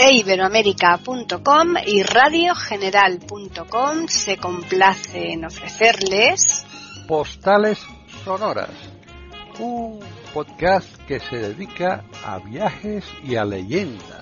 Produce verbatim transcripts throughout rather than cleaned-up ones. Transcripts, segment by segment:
e iberoamérica punto com y radio general punto com se complace en ofrecerles Postales Sonoras, un podcast que se dedica a viajes y a leyendas.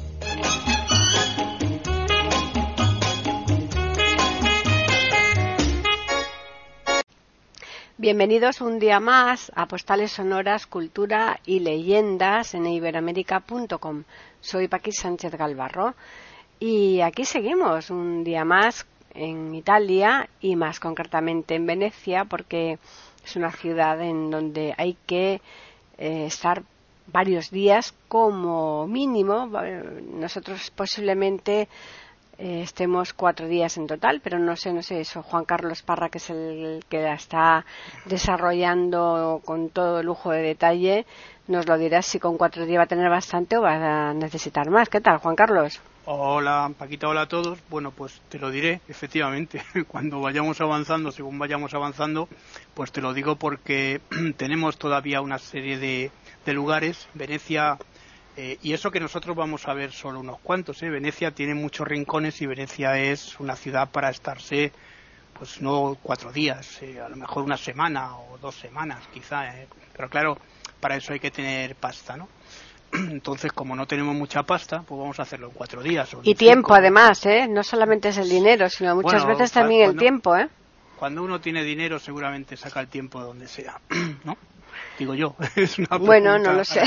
Bienvenidos un día más a Postales Sonoras, Cultura y Leyendas en iberoamérica punto com. Soy Paqui Sánchez Galvarro y aquí seguimos un día más en Italia y más concretamente en Venecia, porque es una ciudad en donde hay que eh, estar varios días como mínimo. Nosotros posiblemente Eh, estemos cuatro días en total, pero no sé, no sé eso. Juan Carlos Parra, que es el que la está desarrollando con todo lujo de detalle, nos lo dirá si con cuatro días va a tener bastante o va a necesitar más. ¿Qué tal, Juan Carlos? Hola, Paquita, hola a todos. Bueno, pues te lo diré, efectivamente. Cuando vayamos avanzando, según vayamos avanzando, pues te lo digo porque tenemos todavía una serie de, de lugares. Venecia... Eh, y eso que nosotros vamos a ver solo unos cuantos, ¿eh? Venecia tiene muchos rincones y Venecia es una ciudad para estarse, pues no cuatro días, eh, a lo mejor una semana o dos semanas quizá, ¿eh? Pero claro, para eso hay que tener pasta, ¿no? Entonces, como no tenemos mucha pasta, pues vamos a hacerlo en cuatro días. O en y tiempo, cinco. Además, ¿eh? No solamente es el dinero, sino muchas bueno, veces también cuando, el tiempo, ¿eh? Cuando uno tiene dinero, seguramente saca el tiempo de donde sea, ¿no? Digo yo, es una bueno, no lo sé.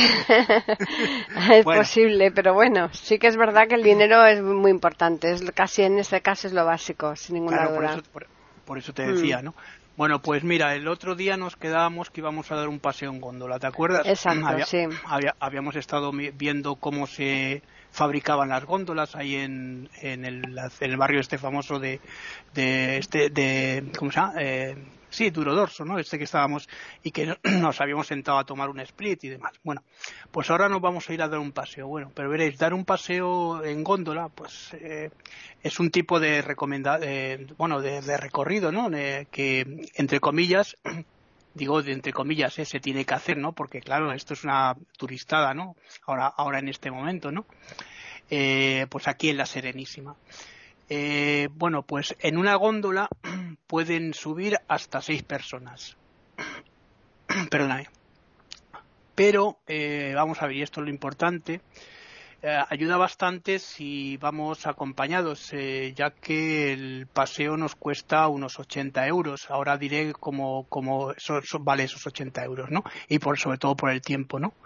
es bueno. posible, pero bueno, sí que es verdad que el dinero es muy importante, es casi en este caso es lo básico, sin ninguna claro, duda. Por eso, por, por eso te decía, mm. ¿no? Bueno, pues mira, el otro día nos quedábamos que íbamos a dar un paseo en góndola, ¿te acuerdas? Exacto, había, sí. Había, habíamos estado viendo cómo se fabricaban las góndolas ahí en, en, el, en el barrio este famoso de, de este de ¿cómo se llama? Eh, sí, Durodorso, ¿no? Este que estábamos y que nos habíamos sentado a tomar un split y demás. Bueno, pues ahora nos vamos a ir a dar un paseo. Bueno, pero veréis, dar un paseo en góndola, pues eh, es un tipo de recomenda, eh, bueno, de, de recorrido, ¿no? De, que entre comillas, digo de entre comillas, eh, se tiene que hacer, ¿no? Porque claro, esto es una turistada, ¿no? Ahora, ahora en este momento, ¿no? Eh, pues aquí en la Serenísima. Eh, bueno, pues en una góndola pueden subir hasta seis personas. Perdóname. Pero, eh, vamos a ver, y esto es lo importante, eh, ayuda bastante si vamos acompañados, eh, ya que el paseo nos cuesta unos ochenta euros. Ahora diré cómo, cómo eso, eso vale esos ochenta euros, ¿no? Y por, sobre todo por el tiempo, ¿no?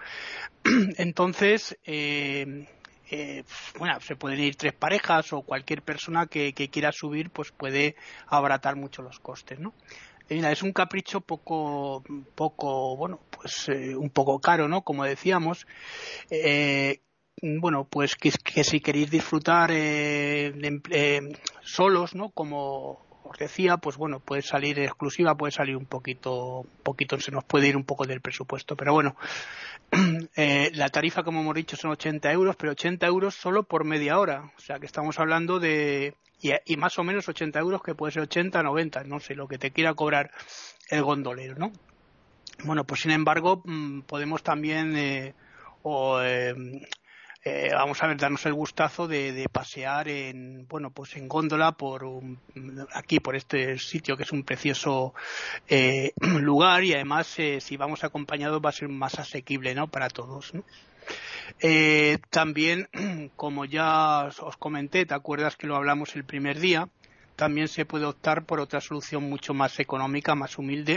Entonces, eh, Eh, bueno, se pueden ir tres parejas o cualquier persona que, que quiera subir, pues puede abaratar mucho los costes, ¿no? Y mira, es un capricho poco, poco, bueno, pues eh, un poco caro, ¿no? Como decíamos, eh, bueno, pues que, que si queréis disfrutar eh, de, eh, solos, ¿no? Como os decía, pues bueno, puede salir exclusiva, puede salir un poquito, un poquito, se nos puede ir un poco del presupuesto, pero bueno. Eh, la tarifa, como hemos dicho, son ochenta euros, pero ochenta euros solo por media hora. O sea, que estamos hablando de... Y, y más o menos ochenta euros, que puede ser ochenta, noventa, no sé, lo que te quiera cobrar el gondolero, ¿no? Bueno, pues sin embargo, mmm, podemos también... Eh, o, eh, eh, vamos a ver, darnos el gustazo de, de pasear en, bueno, pues en góndola por un, aquí, por este sitio que es un precioso eh, lugar y además eh, si vamos acompañados va a ser más asequible, ¿no? Para todos, ¿no? Eh, también, como ya os comenté, ¿te acuerdas que lo hablamos el primer día? También se puede optar por otra solución mucho más económica, más humilde,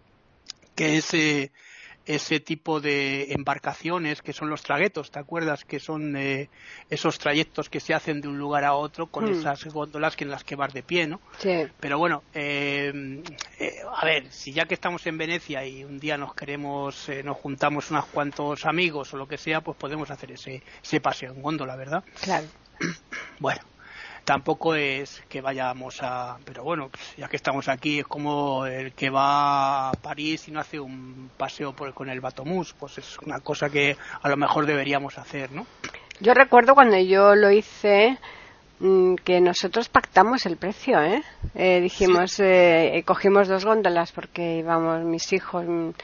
que es eh, ese tipo de embarcaciones que son los traguetos, ¿te acuerdas? Que son eh, esos trayectos que se hacen de un lugar a otro con mm. esas góndolas que en las que vas de pie, ¿no? Sí. Pero bueno, eh, eh, a ver, si ya que estamos en Venecia y un día nos queremos, eh, nos juntamos unos cuantos amigos o lo que sea, pues podemos hacer ese, ese paseo en góndola, ¿verdad? Claro. Bueno. Tampoco es que vayamos a... Pero bueno, pues ya que estamos aquí, es como el que va a París y no hace un paseo por, con el Batomús. Pues es una cosa que a lo mejor deberíamos hacer, ¿no? Yo recuerdo cuando yo lo hice mmm, que nosotros pactamos el precio, ¿eh? eh dijimos, sí. eh, cogimos dos góndolas porque íbamos mis hijos,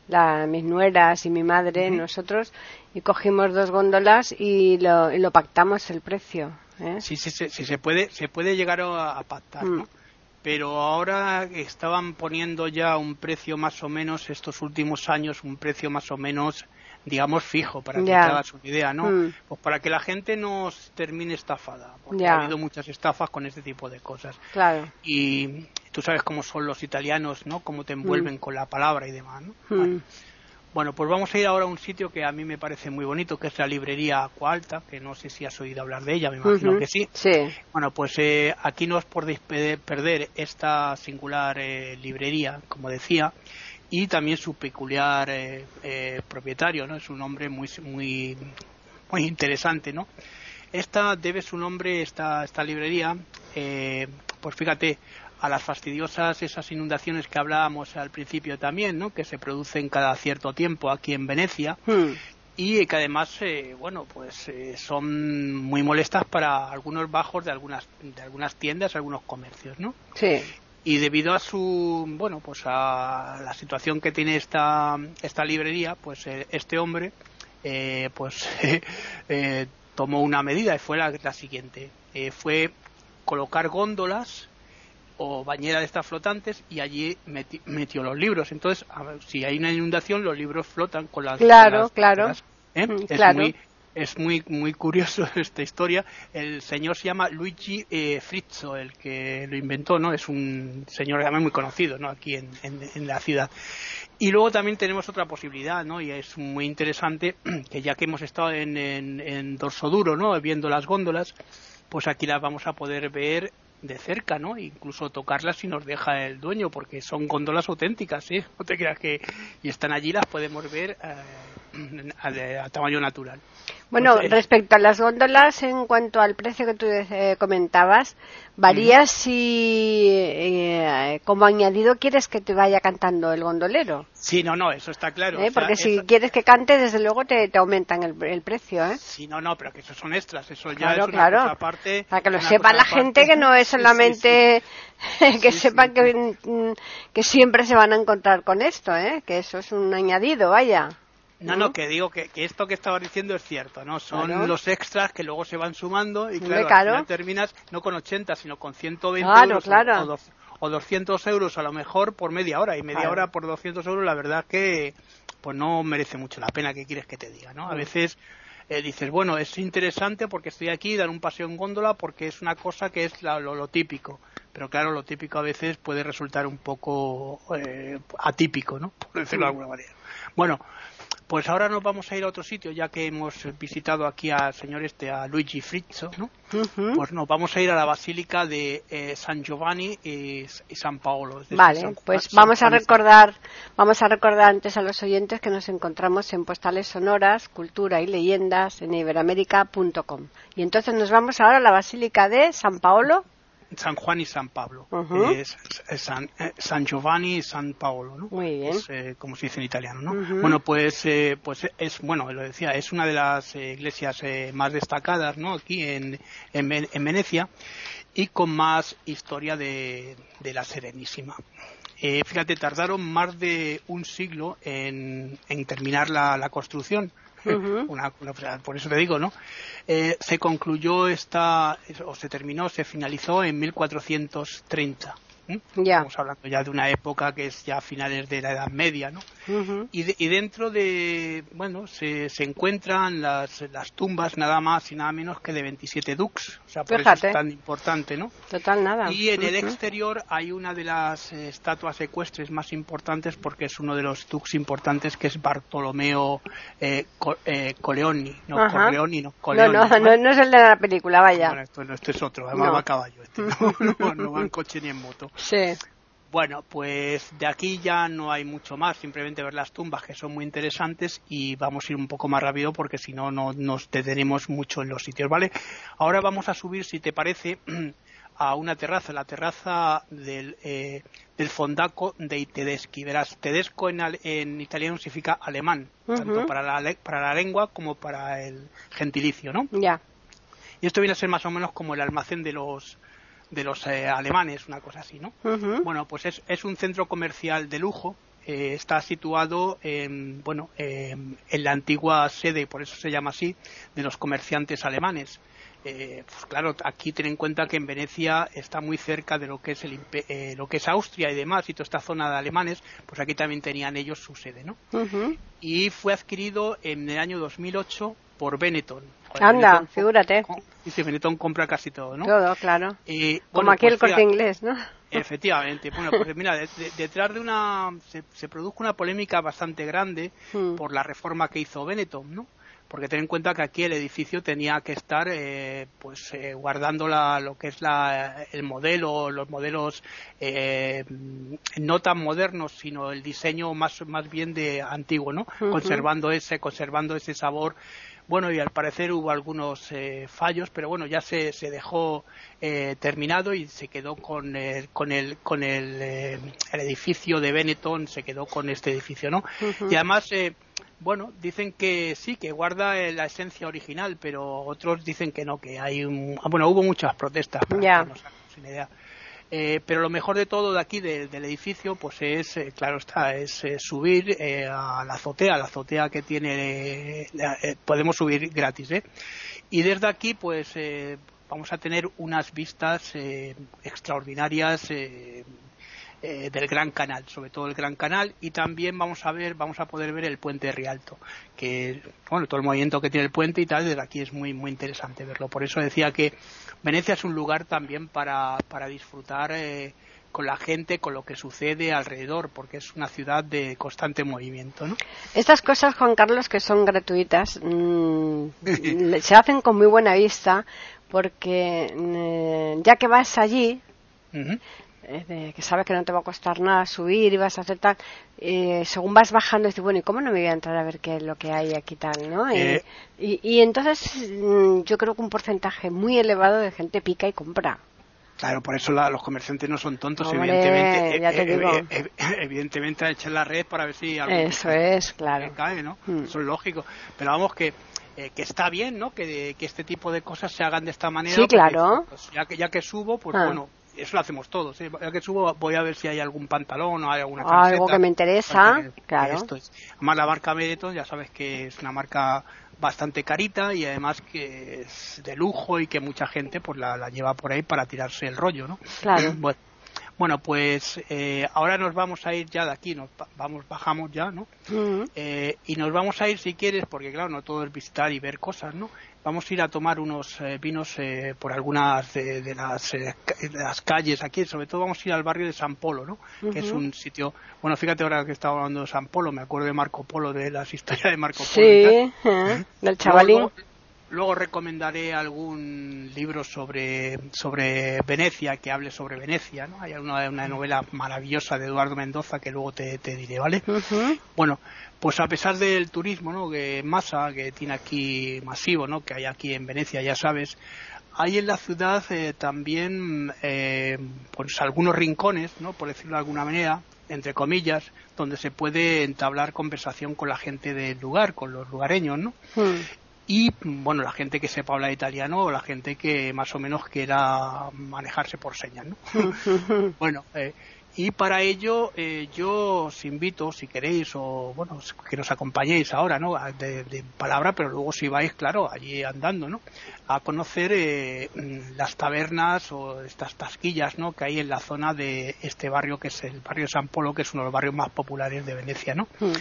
la, mis nueras y mi madre, uh-huh. nosotros, y cogimos dos góndolas y lo, y lo pactamos el precio. ¿eh? Sí, sí, sí, sí, se puede, se puede llegar a, a pactar, mm. ¿no? Pero ahora estaban poniendo ya un precio más o menos, estos últimos años, un precio más o menos, digamos, fijo, para que te hagas una idea, ¿no? Mm. Pues para que la gente no termine estafada, porque ya. ha habido muchas estafas con este tipo de cosas. Claro. Y tú sabes cómo son los italianos, ¿no? Cómo te envuelven mm. con la palabra y demás, ¿no? Mm. Bueno. Bueno, pues vamos a ir ahora a un sitio que a mí me parece muy bonito, que es la librería Aqua Alta, que no sé si has oído hablar de ella, me imagino uh-huh. que sí. Sí. Bueno, pues eh, aquí no os podéis perder esta singular eh, librería, como decía, y también su peculiar eh, eh, propietario, ¿no? Es un hombre muy muy muy interesante, ¿no? Esta debe su nombre, esta esta librería, eh, pues fíjate, a las fastidiosas esas inundaciones que hablábamos al principio también, ¿no? Que se producen cada cierto tiempo aquí en Venecia hmm. y que además, eh, bueno, pues eh, son muy molestas para algunos bajos de algunas de algunas tiendas, algunos comercios, ¿no? Sí. Y debido a su, bueno, pues a la situación que tiene esta esta librería, pues eh, este hombre, eh, pues eh, tomó una medida y fue la, la siguiente, eh, fue colocar góndolas o bañera de estas flotantes y allí meti, metió los libros. Entonces, a ver, si hay una inundación, los libros flotan con las... Claro, con las, claro. Las, ¿eh? Mm, es claro. muy es muy muy curioso esta historia. El señor se llama Luigi eh, Frizzo, el que lo inventó, ¿no? Es un señor además muy conocido, ¿no? Aquí en, en, en la ciudad. Y luego también tenemos otra posibilidad, ¿no? Y es muy interesante, que ya que hemos estado en, en, en Dorsoduro, ¿no? Viendo las góndolas, pues aquí las vamos a poder ver de cerca, ¿no? Incluso tocarlas si nos deja el dueño, porque son góndolas auténticas, ¿sí? No te creas que... Y están allí, las podemos ver eh, a, a tamaño natural. Bueno, Entonces, respecto a las góndolas, en cuanto al precio que tú eh, comentabas, varía uh-huh. si eh, como añadido quieres que te vaya cantando el gondolero. Sí, no, no, eso está claro. ¿Eh? O sea, porque si eso... quieres que cante, desde luego te, te aumentan el, el precio, ¿eh? Sí, no, no, pero que esos son extras, eso ya claro, es una claro. cosa aparte. Para que lo sepa la aparte. gente, que no es solamente sí, sí. que sí, sepan sí. que, que siempre se van a encontrar con esto, ¿eh? Que eso es un añadido, vaya. No, no, que digo que, que esto que estabas diciendo es cierto, ¿no? Son claro. los extras que luego se van sumando y claro, claro. al final terminas no con ochenta, sino con ciento veinte claro, euros claro. O, dos, o doscientos euros a lo mejor por media hora. Y media claro. hora por doscientos euros, la verdad que pues no merece mucho la pena, que quieres que te diga, ¿no? A veces eh, dices, bueno, es interesante porque estoy aquí, dar un paseo en góndola porque es una cosa que es la, lo, lo típico. Pero claro, lo típico a veces puede resultar un poco eh, atípico, ¿no? Por decirlo de alguna manera. Bueno, pues ahora nos vamos a ir a otro sitio, ya que hemos visitado aquí al señor este, a Luigi Frizzo, ¿no? Uh-huh. Pues nos vamos a ir a la Basílica de eh, San Giovanni y, y San Paolo. Vale, San, pues San vamos Juan, a recordar, vamos a recordar antes a los oyentes que nos encontramos en Postales Sonoras, Cultura y Leyendas en iberoamérica punto com. Y entonces nos vamos ahora a la Basílica de San Paolo. San Juan y San Pablo, uh-huh. es, es San, eh, San Giovanni y San Paolo, ¿no? Muy bien. Es, eh, como se dice en italiano, ¿no? Uh-huh. Bueno, pues, eh, pues es, bueno, lo decía, es una de las eh, iglesias eh, más destacadas, ¿no? Aquí en, en, en Venecia y con más historia de, de la Serenísima. Eh, fíjate, tardaron más de un siglo en, en terminar la, la construcción. Uh-huh. Una, una, por eso te digo, ¿no? Eh, se concluyó esta, o se terminó, se finalizó en mil cuatrocientos treinta. ¿eh? Yeah. Estamos hablando ya de una época que es ya a finales de la Edad Media, ¿no? Uh-huh. Y, de, y dentro de, bueno, se, se encuentran las, las tumbas nada más y nada menos que de veintisiete dux, o sea, por Fíjate. eso es tan importante, ¿no? Total, nada. Y en uh-huh. el exterior hay una de las eh, estatuas ecuestres más importantes porque es uno de los dux importantes, que es Bartolomeo eh, Co, eh, Coleoni, no Ajá. Corleoni, no Coleoni. No, no, no, no es el de la película, vaya. Bueno, esto, no, este es otro, además no. va a caballo, este, no, no, no va en coche ni en moto. Sí. Bueno, pues de aquí ya no hay mucho más, simplemente ver las tumbas, que son muy interesantes, y vamos a ir un poco más rápido porque si no, no nos detenemos mucho en los sitios, ¿vale? Ahora vamos a subir, si te parece, a una terraza, la terraza del, eh, del Fondaco dei Tedeschi. Verás, Tedesco en, en italiano significa alemán, uh-huh. tanto para la, para la lengua como para el gentilicio, ¿no? Ya. Yeah. Y esto viene a ser más o menos como el almacén de los... de los eh, alemanes, una cosa así, ¿no? Uh-huh. Bueno, pues es, es un centro comercial de lujo, eh, está situado en, bueno, eh, en la antigua sede, por eso se llama así, de los comerciantes alemanes. Eh, pues claro, aquí ten en cuenta que en Venecia está muy cerca de lo que es el eh, lo que es Austria y demás, y toda esta zona de alemanes, pues aquí también tenían ellos su sede, ¿no? Uh-huh. Y fue adquirido en el año dos mil ocho por Benetton. Joder, Anda, Benetton, figúrate. Dice, Benetton compra casi todo, ¿no? Todo, claro. Eh, Como bueno, aquí pues, el Corte Inglés, ¿no? Efectivamente. Bueno, pues mira, de, de, detrás de una... Se, se produjo una polémica bastante grande hmm. por la reforma que hizo Benetton, ¿no? Porque ten en cuenta que aquí el edificio tenía que estar eh, pues eh, guardando la, lo que es la, el modelo, los modelos eh, no tan modernos, sino el diseño más más bien de antiguo, ¿no? Uh-huh. Conservando ese conservando ese sabor. Bueno, y al parecer hubo algunos eh, fallos, pero bueno, ya se, se dejó eh, terminado y se quedó con el, con el, con el, eh, el edificio de Benetton, se quedó con este edificio, ¿no? Uh-huh. Y además, eh, bueno, dicen que sí, que guarda la esencia original, pero otros dicen que no, que hay un... Bueno, hubo muchas protestas, para yeah. que no sin idea. Eh, pero lo mejor de todo de aquí, de, del edificio, pues es, eh, claro está, es eh, subir eh, a la azotea, la azotea que tiene, eh, eh, podemos subir gratis, ¿eh? Y desde aquí, pues, eh, vamos a tener unas vistas eh, extraordinarias eh, eh, del Gran Canal, sobre todo el Gran Canal, y también vamos a ver, vamos a poder ver el puente de Rialto, que, bueno, todo el movimiento que tiene el puente y tal, desde aquí es muy, muy interesante verlo. Por eso decía que Venecia es un lugar también para, para disfrutar eh, con la gente, con lo que sucede alrededor, porque es una ciudad de constante movimiento, ¿no? Estas cosas, Juan Carlos, que son gratuitas, mmm, se hacen con muy buena vista, porque eh, ya que vas allí, uh-huh. eh, que sabes que no te va a costar nada subir y vas a hacer tal, eh, según vas bajando dices, bueno, ¿y cómo no me voy a entrar a ver qué es lo que hay aquí tal, ¿no? Eh, y, y, y entonces mmm, yo creo que un porcentaje muy elevado de gente pica y compra. Claro, por eso la, los comerciantes no son tontos, Hombre, evidentemente. Ya te eh, digo. Eh, eh, evidentemente a echar la red para ver si algo eso es, claro. cae, ¿no? Mm. Eso es lógico. Pero vamos que eh, que está bien, ¿no? Que, que este tipo de cosas se hagan de esta manera. Sí, claro. Porque, pues, ya que ya que subo, pues ah. bueno, eso lo hacemos todos. ¿eh? Ya que subo, voy a ver si hay algún pantalón o hay alguna camiseta. Algo que me interesa, que, claro. Que esto es. Además, la marca Benetton, ya sabes que es una marca bastante carita y además que es de lujo y que mucha gente pues la, la lleva por ahí para tirarse el rollo, ¿no? Claro. Bueno, bueno pues eh, ahora nos vamos a ir ya de aquí, nos vamos bajamos ya, ¿no? Uh-huh. Eh, y nos vamos a ir si quieres, porque claro, no todo es visitar y ver cosas, ¿no? Vamos a ir a tomar unos eh, vinos eh, por algunas de, de, las, eh, de las calles aquí, sobre todo vamos a ir al barrio de San Polo, ¿no? Uh-huh. Que es un sitio, bueno, fíjate ahora que estaba hablando de San Polo, me acuerdo de Marco Polo, de las historias de Marco Polo. Sí, y tal. ¿eh? Del chavalín. Luego, luego recomendaré algún libro sobre sobre Venecia, que hable sobre Venecia, ¿no? Hay una, una novela maravillosa de Eduardo Mendoza que luego te, te diré, ¿vale? Uh-huh. Bueno, pues a pesar del turismo, ¿no? Que masa, que tiene aquí masivo, ¿no? Que hay aquí en Venecia, ya sabes, hay en la ciudad eh, también eh, pues algunos rincones, ¿no? Por decirlo de alguna manera, entre comillas, donde se puede entablar conversación con la gente del lugar, con los lugareños, ¿no? Uh-huh. Y, bueno, la gente que sepa hablar italiano o la gente que más o menos quiera manejarse por señas, ¿no? Bueno, eh, y para ello eh, yo os invito, si queréis, o bueno, que nos acompañéis ahora, ¿no? De, de palabra, pero luego si vais, claro, allí andando, ¿no? A conocer eh, las tabernas o estas tasquillas, ¿no? Que hay en la zona de este barrio, que es el barrio de San Polo, que es uno de los barrios más populares de Venecia, ¿no? Mm.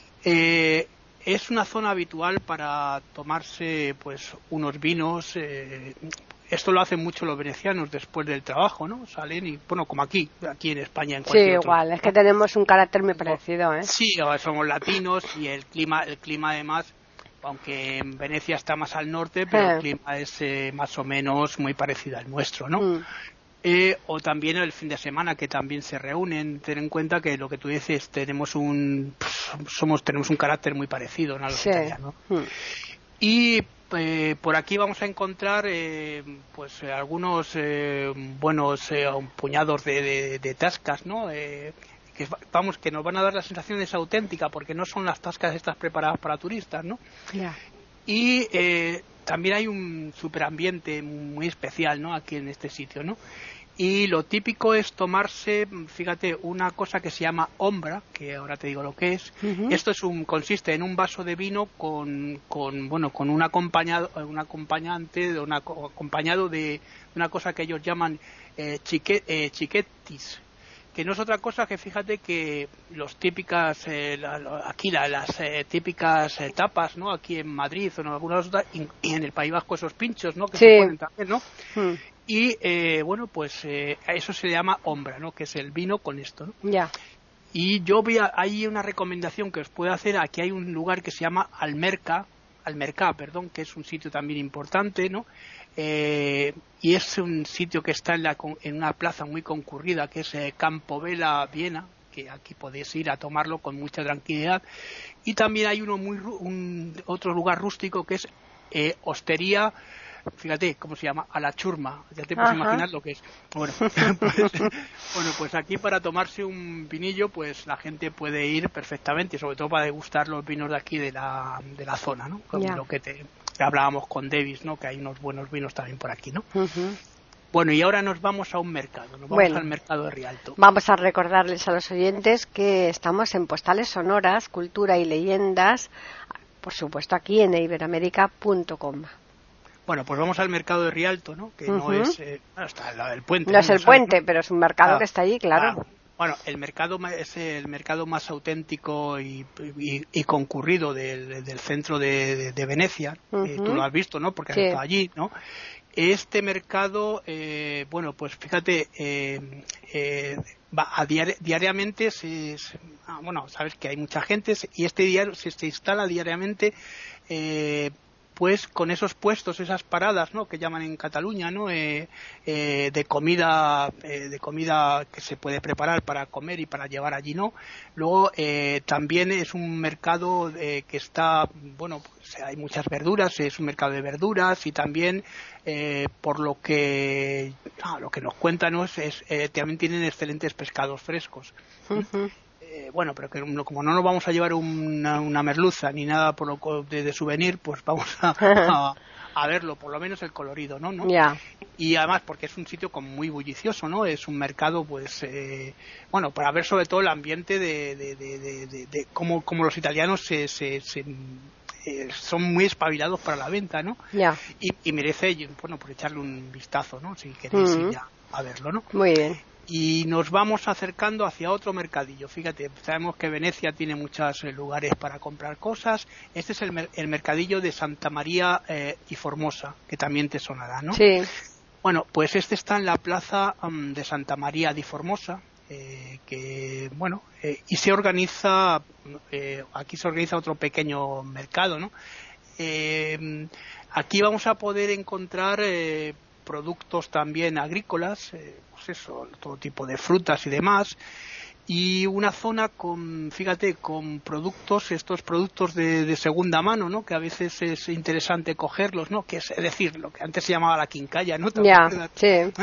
Eh, Es una zona habitual para tomarse pues unos vinos. Eh, esto lo hacen mucho los venecianos después del trabajo, ¿no? Salen y, bueno, como aquí, aquí en España. En sí, igual, otro, es que tenemos un carácter muy parecido, ¿eh? Sí, somos latinos y el clima, el clima además, aunque en Venecia está más al norte, pero eh. el clima es eh, más o menos muy parecido al nuestro, ¿no? Mm. Eh, o también el fin de semana, que también se reúnen. Ten en cuenta que lo que tú dices, tenemos un somos tenemos un carácter muy parecido, ¿no? A los sí. italianos. Hmm. Y eh, por aquí vamos a encontrar eh, pues eh, algunos eh, buenos eh, puñados de, de, de tascas, ¿no? Eh, que vamos que nos van a dar la sensación de esa auténtica, porque no son las tascas estas preparadas para turistas, ¿no? Yeah. Y eh, también hay un superambiente muy especial, ¿no? Aquí en este sitio, ¿no? Y lo típico es tomarse, fíjate, una cosa que se llama ombra, que ahora te digo lo que es. Uh-huh. Esto es un consiste en un vaso de vino con, con bueno, con un acompañado, un acompañante, de una, acompañado de una cosa que ellos llaman eh, chique, eh, chiquetis, que no es otra cosa que, fíjate, que los típicas eh, la, la, aquí la, las eh, típicas eh, tapas, ¿no? Aquí en Madrid o en algunas otras, y, y en el País Vasco esos pinchos, ¿no? Que sí. se ponen también, ¿no? Uh-huh. Y eh, bueno, pues eh, a eso se le llama ombra, ¿no? Que es el vino con esto, ¿no? Ya. Yeah. Y yo voy a, hay una recomendación que os puedo hacer. Aquí hay un lugar que se llama Almerca, Almercá, perdón, que es un sitio también importante, ¿no? Eh, y es un sitio que está en, la, en una plaza muy concurrida, que es eh, Campo Vela, Viena, que aquí podéis ir a tomarlo con mucha tranquilidad. Y también hay uno muy un, otro lugar rústico que es eh, Hostería. Fíjate cómo se llama, a la churma, ya te puedes imaginar lo que es. Bueno pues, bueno, pues aquí para tomarse un vinillo, pues la gente puede ir perfectamente, sobre todo para degustar los vinos de aquí de la, de la zona, ¿no? Como yeah. lo que te que hablábamos con Davis, ¿no? Que hay unos buenos vinos también por aquí, ¿no? Uh-huh. Bueno, y ahora nos vamos a un mercado, nos vamos bueno, al mercado de Rialto. Vamos a recordarles a los oyentes que estamos en Postales Sonoras, Cultura y Leyendas, por supuesto aquí en iberoamérica punto com. Bueno, pues vamos al mercado de Rialto, ¿no? Que uh-huh. no es eh, no, está al lado del puente. No, no es el puente, ¿no? Pero es un mercado ah, que está allí, claro. Ah, bueno, el mercado es el mercado más auténtico y, y, y concurrido del, del centro de, de, de Venecia. Uh-huh. Eh, tú lo has visto, ¿no? Porque has sí. estado allí, ¿no? Este mercado, eh, bueno, pues fíjate, eh, eh, va a diari- diariamente, se, se, ah, bueno, sabes que hay mucha gente y este diario se, se instala diariamente. Eh, pues con esos puestos, esas paradas, ¿no? Que llaman en Cataluña, ¿no? Eh, eh, de comida, eh, de comida que se puede preparar para comer y para llevar allí, ¿no? Luego eh, también es un mercado eh, que está, bueno, pues hay muchas verduras, es un mercado de verduras y también eh, por lo que, ah, lo que nos cuentan, ¿no? es, es eh, también tienen excelentes pescados frescos. Uh-huh. Eh, bueno, pero que como no nos vamos a llevar una, una merluza ni nada por lo de, de souvenir, pues vamos a, a, a verlo, por lo menos el colorido, ¿no? ¿no? Yeah. Y además porque es un sitio como muy bullicioso, ¿no? Es un mercado, pues, eh, bueno, para ver sobre todo el ambiente de, de, de, de, de, de cómo, cómo los italianos se, se, se eh, son muy espabilados para la venta, ¿no? Yeah. Y, y merece, bueno, por echarle un vistazo, ¿no? Si queréis mm-hmm. ir ya a verlo, ¿no? Muy bien. Y nos vamos acercando hacia otro mercadillo. Fíjate, sabemos que Venecia tiene muchos eh, lugares para comprar cosas. Este es el, mer- el mercadillo de Santa María eh, y Formosa, que también te sonará, ¿no? Sí. Bueno, pues este está en la plaza um, de Santa María di Formosa, eh, que, bueno, eh, y se organiza, eh, aquí se organiza otro pequeño mercado, ¿no? Eh, aquí vamos a poder encontrar eh, productos también agrícolas, eh, pues eso, todo tipo de frutas y demás, y una zona con, fíjate, con productos, estos productos de, de segunda mano, ¿no? Que a veces es interesante cogerlos, ¿no? Que es, es decir, lo que antes se llamaba la quincalla, ¿no? Ya, yeah, sí. ¿Eh?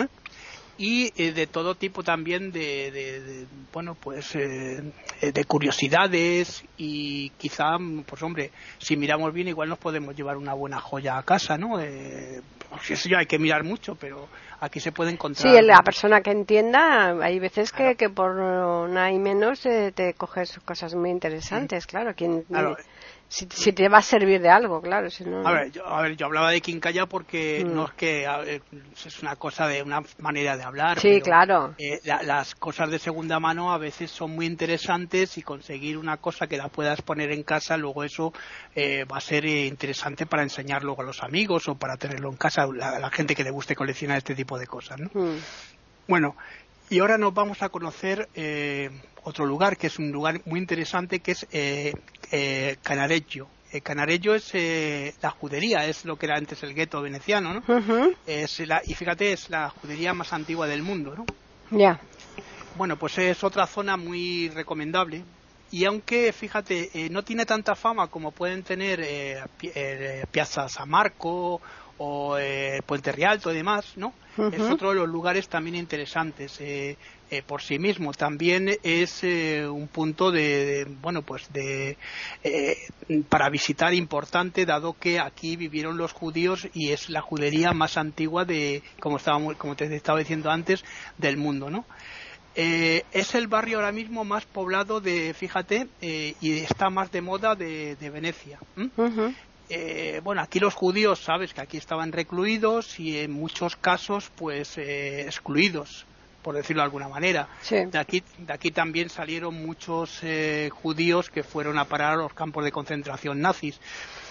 Y eh, de todo tipo también de, de, de bueno, pues eh, de curiosidades y quizá, pues hombre, si miramos bien igual nos podemos llevar una buena joya a casa, ¿no? Eh, pues eso ya hay que mirar mucho, pero aquí se puede encontrar. Sí, la persona que entienda, hay veces que, claro. que por nada y menos eh, te coges cosas muy interesantes, sí. claro. Quien, claro. Si, si te va a servir de algo, claro. Si no... a, ver, yo, a ver, yo hablaba de quincalla porque mm. no es que ver, es una cosa de una manera de hablar. Sí, pero, claro. Eh, la, las cosas de segunda mano a veces son muy interesantes y conseguir una cosa que la puedas poner en casa, luego eso eh, va a ser eh, interesante para enseñar luego a los amigos o para tenerlo en casa, la, la gente que le guste coleccionar este tipo de cosas, ¿no? Mm. Bueno, y ahora nos vamos a conocer eh, otro lugar que es un lugar muy interesante, que es eh, eh, Canareggio. Eh, Canareggio es eh, la judería, es lo que era antes el gueto veneciano, ¿no? Uh-huh. Es la, y fíjate, es la judería más antigua del mundo, ¿no? Ya. Yeah. Bueno, pues es otra zona muy recomendable. Y aunque, fíjate, eh, no tiene tanta fama como pueden tener eh, Piazza San Marco o eh, Puente Rialto y demás, ¿no? Uh-huh. Es otro de los lugares también interesantes eh, eh, por sí mismo. También es eh, un punto de, de bueno, pues de eh, para visitar importante, dado que aquí vivieron los judíos y es la judería más antigua de, como estábamos, como te estaba diciendo antes, del mundo, ¿no? Eh, es el barrio ahora mismo más poblado de, fíjate, eh, y está más de moda de, de Venecia. ¿Mm? Uh-huh. Eh, bueno, aquí los judíos, sabes que aquí estaban recluidos y en muchos casos, pues, eh, excluidos, por decirlo de alguna manera. Sí. De aquí, de aquí también salieron muchos eh, judíos que fueron a parar a los campos de concentración nazis.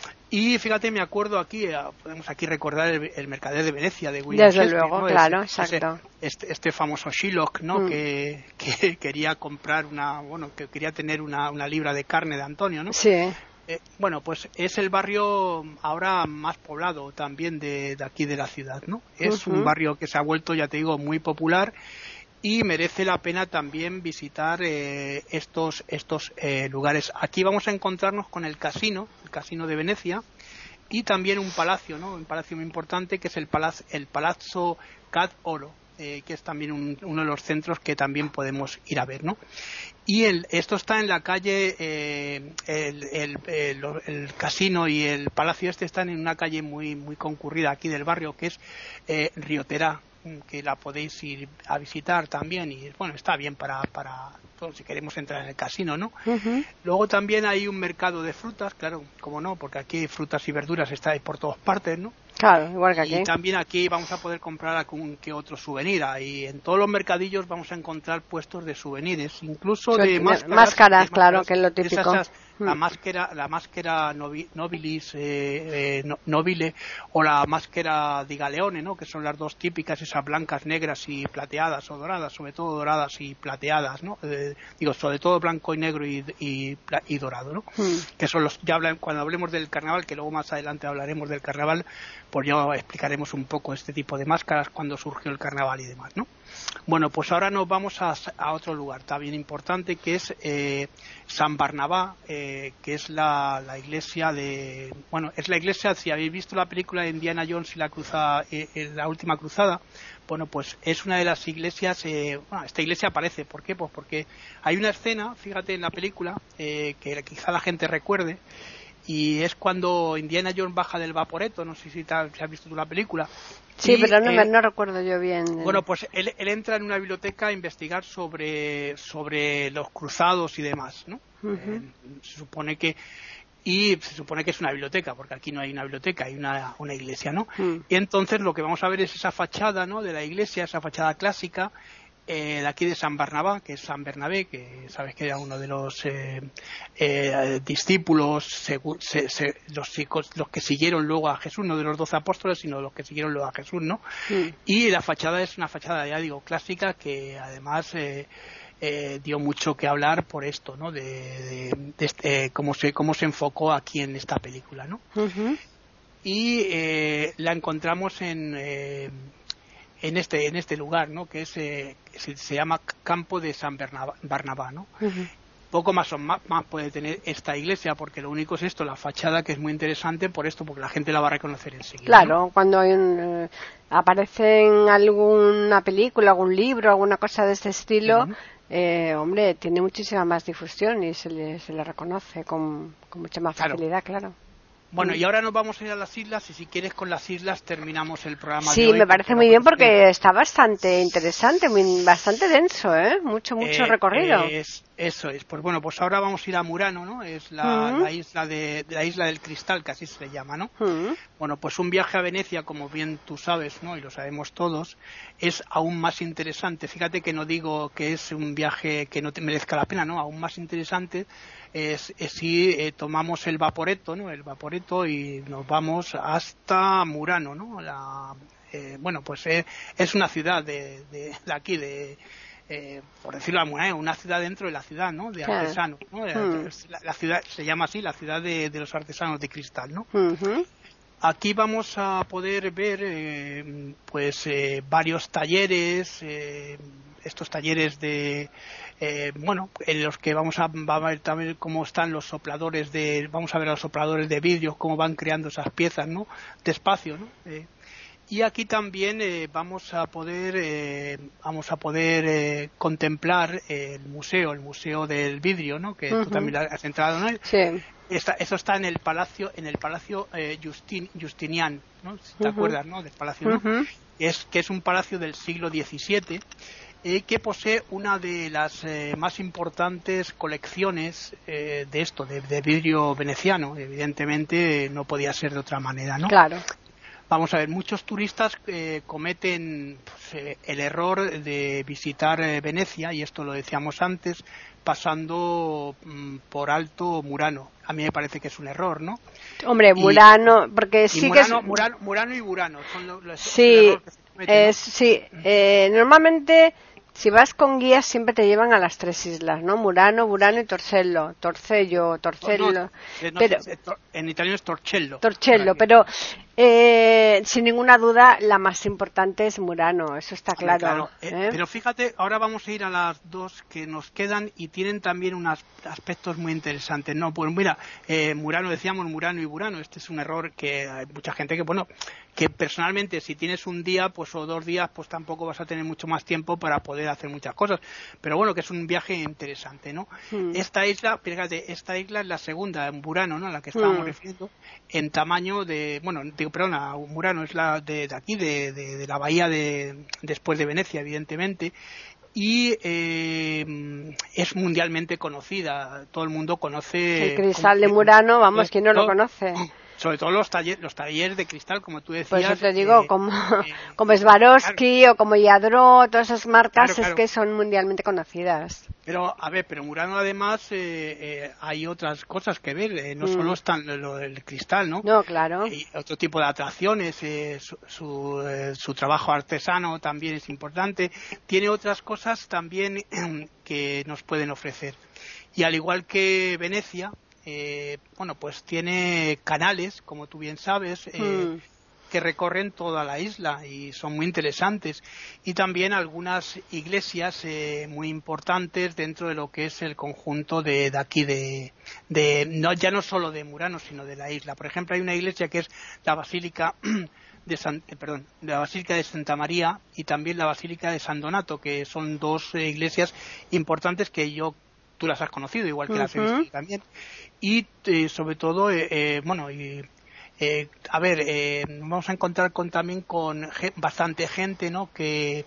Y fíjate, me acuerdo aquí, podemos aquí recordar el, el mercader de Venecia, de William Desde Shakespeare, luego, ¿no? claro, ese, exacto. Este, este famoso Shylock, ¿no? Mm. Que, que quería comprar una, bueno, que quería tener una, una libra de carne de Antonio, ¿no? Sí. Eh, bueno, pues es el barrio ahora más poblado también de, de aquí de la ciudad, ¿no? Es uh-huh. un barrio que se ha vuelto, ya te digo, muy popular y merece la pena también visitar eh, estos estos eh, lugares. Aquí vamos a encontrarnos con el casino, el casino de Venecia, y también un palacio, ¿no? Un palacio muy importante que es el Palaz, el Palazzo Cad Oro, eh, que es también un, uno de los centros que también podemos ir a ver, ¿no? Y el, esto está en la calle, eh, el, el, el, el casino y el palacio este están en una calle muy muy concurrida aquí del barrio, que es eh, Rioterá, que la podéis ir a visitar también, y bueno, está bien para, para todos si queremos entrar en el casino, ¿no? Uh-huh. Luego también hay un mercado de frutas, claro, como no, porque aquí frutas y verduras está ahí por todas partes, ¿no? Claro, igual que aquí. Y también aquí vamos a poder comprar algún que otro souvenir. Y en todos los mercadillos vamos a encontrar puestos de souvenirs, incluso de, de máscaras. Máscaras, de claro, máscaras, que es lo típico. Esas, la máscara, la máscara nobi, nobilis, eh, eh, nobile, o la máscara di Galeone, ¿no? Que son las dos típicas, esas blancas, negras y plateadas, o doradas, sobre todo doradas y plateadas, ¿no? Eh, digo, sobre todo blanco y negro y, y, y dorado, ¿no? Mm. Que son los, ya hablan, cuando hablemos del carnaval, que luego más adelante hablaremos del carnaval, pues ya explicaremos un poco este tipo de máscaras, cuando surgió el carnaval y demás, ¿no? Bueno, pues ahora nos vamos a, a otro lugar también importante, que es eh, San Barnabá, eh, que es la, la iglesia de... Bueno, es la iglesia, si habéis visto la película de Indiana Jones y la cruzada, eh, la última cruzada, bueno, pues es una de las iglesias... Eh, bueno, esta iglesia aparece, ¿por qué? Pues porque hay una escena, fíjate en la película, eh, que quizá la gente recuerde, y es cuando Indiana Jones baja del vaporeto, no sé si, te has, si has visto tú la película. Sí, y, pero no, eh, no recuerdo yo bien. Bueno, pues él, él entra en una biblioteca a investigar sobre, sobre los cruzados y demás, ¿no? Uh-huh. Eh, se supone que y se supone que es una biblioteca, porque aquí no hay una biblioteca, hay una, una iglesia, ¿no? Uh-huh. Y entonces lo que vamos a ver es esa fachada, ¿no? De la iglesia, esa fachada clásica, Eh, de aquí de San Barnabá, que es San Bernabé, que sabes que era uno de los eh, eh, discípulos, segu- se, se, los, los que siguieron luego a Jesús, no de los doce apóstoles, sino los que siguieron luego a Jesús, ¿no? Sí. Y la fachada es una fachada, ya digo, clásica, que además eh, eh, dio mucho que hablar por esto, ¿no? De, de, de este, cómo se cómo se enfocó aquí en esta película, ¿no? Uh-huh. Y eh, la encontramos en eh, en este en este lugar, ¿no? Que es eh, se, se llama Campo de San Bernabá, Barnabá, ¿no? Uh-huh. Poco más o más, más puede tener esta iglesia, porque lo único es esto, la fachada, que es muy interesante por esto, porque la gente la va a reconocer enseguida. Claro, ¿no? Cuando hay un, eh, aparece en alguna película, algún libro, alguna cosa de este estilo, uh-huh. eh, hombre, tiene muchísima más difusión y se le, se le reconoce con, con mucha más facilidad, claro. claro. Bueno, y ahora nos vamos a ir a las islas, y si quieres con las islas terminamos el programa sí, de hoy. Sí, me parece muy bien porque está bastante interesante, muy, bastante denso, ¿eh? Mucho, mucho eh, recorrido. Es, eso es. Pues bueno, pues ahora vamos a ir a Murano, ¿no? Es la, uh-huh. la isla de, de la isla del Cristal, que así se le llama, ¿no? Uh-huh. Bueno, pues un viaje a Venecia, como bien tú sabes, ¿no? Y lo sabemos todos, es aún más interesante. Fíjate que no digo que es un viaje que no te merezca la pena, ¿no? Aún más interesante es, es si eh, tomamos el vaporeto, ¿no? El vaporeto y nos vamos hasta Murano, ¿no? La, eh, bueno, pues eh, es una ciudad de, de, de aquí, de eh, por decirlo de alguna manera, una ciudad dentro de la ciudad, ¿no? De claro. artesanos, ¿no? Hmm. La, la ciudad se llama así, la ciudad de, de los artesanos de cristal, ¿no? Uh-huh. Aquí vamos a poder ver, eh, pues, eh, varios talleres, eh, estos talleres de eh, bueno, en los que vamos a, va a ver también cómo están los sopladores de, vamos a ver a los sopladores de vidrio, cómo van creando esas piezas, ¿no? Despacio, ¿no? Eh, y aquí también eh, vamos a poder, eh, vamos a poder eh, contemplar el museo, el museo del vidrio, ¿no? Que uh-huh. tú también has entrado, ¿no? Sí. Está, eso está en el palacio, en el palacio eh, Justin, Justinian, ¿no? Si te uh-huh. acuerdas, ¿no? Del palacio, ¿no? Uh-huh. Es que es un palacio del siglo diecisiete. Eh, que posee una de las eh, más importantes colecciones eh, de esto, de, de vidrio veneciano. Evidentemente eh, no podía ser de otra manera, ¿no? Claro. Vamos a ver, muchos turistas eh, cometen pues, eh, el error de visitar eh, Venecia, y esto lo decíamos antes, pasando mm, por alto Murano. A mí me parece que es un error, ¿no? Hombre, Murano, y, porque sí y Murano, que es... Murano, Murano y Burano son los, los sí, el error que se comete, es, ¿no? sí, eh, normalmente... Si vas con guías siempre te llevan a las tres islas, ¿no? Murano, Burano y Torcello. Torcello, Torcello. No, no, no, pero, en italiano es Torcello. Torcello, pero eh, sin ninguna duda la más importante es Murano, eso está claro. claro. Eh, ¿eh? Pero fíjate, ahora vamos a ir a las dos que nos quedan y tienen también unos aspectos muy interesantes. No, pues mira, eh, Murano, decíamos Murano y Burano. Este es un error que hay mucha gente que, bueno, que personalmente si tienes un día pues o dos días pues tampoco vas a tener mucho más tiempo para poder hacer muchas cosas, pero bueno, que es un viaje interesante, ¿no? Mm. Esta isla, fíjate, esta isla es la segunda en Burano, ¿no? A la que estábamos mm. refiriendo, en tamaño de, bueno, digo, perdona, Burano es la de, de aquí, de, de, de la bahía de después de Venecia, evidentemente. Y eh, es mundialmente conocida, todo el mundo conoce el cristal de Murano, vamos, ¿quién no lo conoce? Sobre todo los talleres, los talleres de cristal, como tú decías. Pues yo te digo, eh, como, eh, como Swarovski claro. o como Yadro, todas esas marcas claro, claro. es que son mundialmente conocidas. Pero, a ver, pero Murano además eh, eh, hay otras cosas que ver, eh, no mm. solo está lo del cristal, ¿no? No, claro. Y otro tipo de atracciones, eh, su, su, eh, su trabajo artesano también es importante. Tiene otras cosas también eh, que nos pueden ofrecer. Y al igual que Venecia, Eh, bueno, pues tiene canales, como tú bien sabes, eh, mm. que recorren toda la isla y son muy interesantes. Y también algunas iglesias eh, muy importantes dentro de lo que es el conjunto de, de aquí, de, de no ya no solo de Murano, sino de la isla. Por ejemplo, hay una iglesia que es la Basílica de San, eh, perdón, la Basílica de Santa María y también la Basílica de San Donato, que son dos eh, iglesias importantes que yo tú las has conocido, igual que uh-huh. las he visto también. Y eh, sobre todo, eh, eh, bueno, y, eh, a ver, eh, vamos a encontrar con, también con ge- bastante gente, ¿no? Que,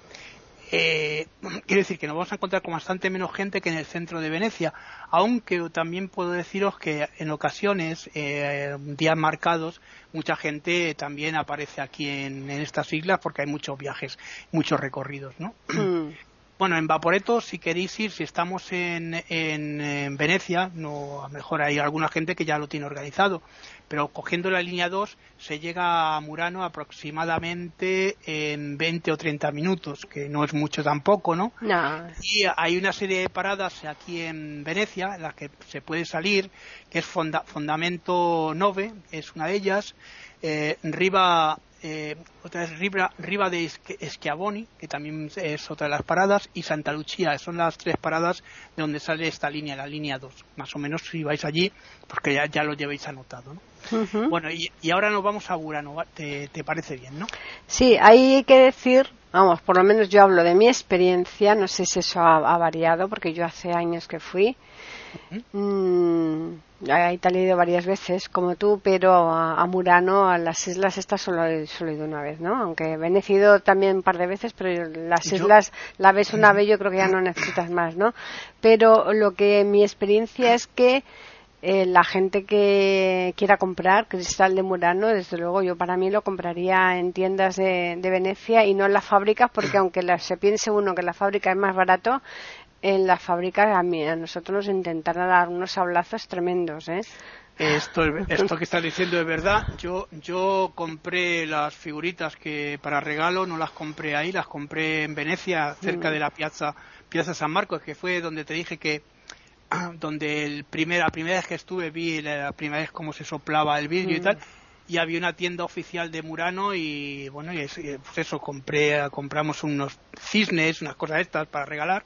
eh, quiero decir que nos vamos a encontrar con bastante menos gente que en el centro de Venecia, aunque también puedo deciros que en ocasiones, eh, días marcados, mucha gente también aparece aquí en, en estas islas porque hay muchos viajes, muchos recorridos, ¿no? Mm. Bueno, en Vaporetto, si queréis ir, si estamos en, en, en Venecia, no, a lo mejor hay alguna gente que ya lo tiene organizado, pero cogiendo la línea dos se llega a Murano aproximadamente en veinte o treinta minutos, que no es mucho tampoco, ¿no? No. Y hay una serie de paradas aquí en Venecia en las que se puede salir, que es Fonda, Fondamento nove, es una de ellas, eh, Riva... Eh, otra es Riva, Riva de Schiavoni, que también es otra de las paradas, y Santa Lucia, son las tres paradas de donde sale esta línea, la línea dos, más o menos si vais allí, porque ya, ya lo llevéis anotado, ¿no? Uh-huh. Bueno, y, y ahora nos vamos a Burano, ¿te, te parece bien, no? Sí, hay que decir, vamos, por lo menos yo hablo de mi experiencia, no sé si eso ha, ha variado, porque yo hace años que fui. Uh-huh. Mm, a Italia he ido varias veces como tú, pero a, a Murano, a las islas estas solo he, solo he ido una vez, ¿no? Aunque he ido también un par de veces, pero las ¿Yo? islas la ves una vez, yo creo que ya no necesitas más, ¿no? Pero lo que mi experiencia es que eh, la gente que quiera comprar cristal de Murano, desde luego yo para mí lo compraría en tiendas de, de Venecia y no en las fábricas, porque aunque la, se piense uno que la fábrica es más barato, en las fábricas a, mí, a nosotros nos intentaron dar unos sablazos tremendos, ¿eh? Esto, esto que estás diciendo es verdad. Yo yo compré las figuritas que para regalo, no las compré ahí, las compré en Venecia, cerca mm. de la piazza, piazza San Marcos, que fue donde te dije que donde el primer, la primera vez que estuve vi la, la primera vez cómo se soplaba el vidrio mm. y tal. Y había una tienda oficial de Murano y bueno, y es, pues eso, compré, compramos unos cisnes, unas cosas estas para regalar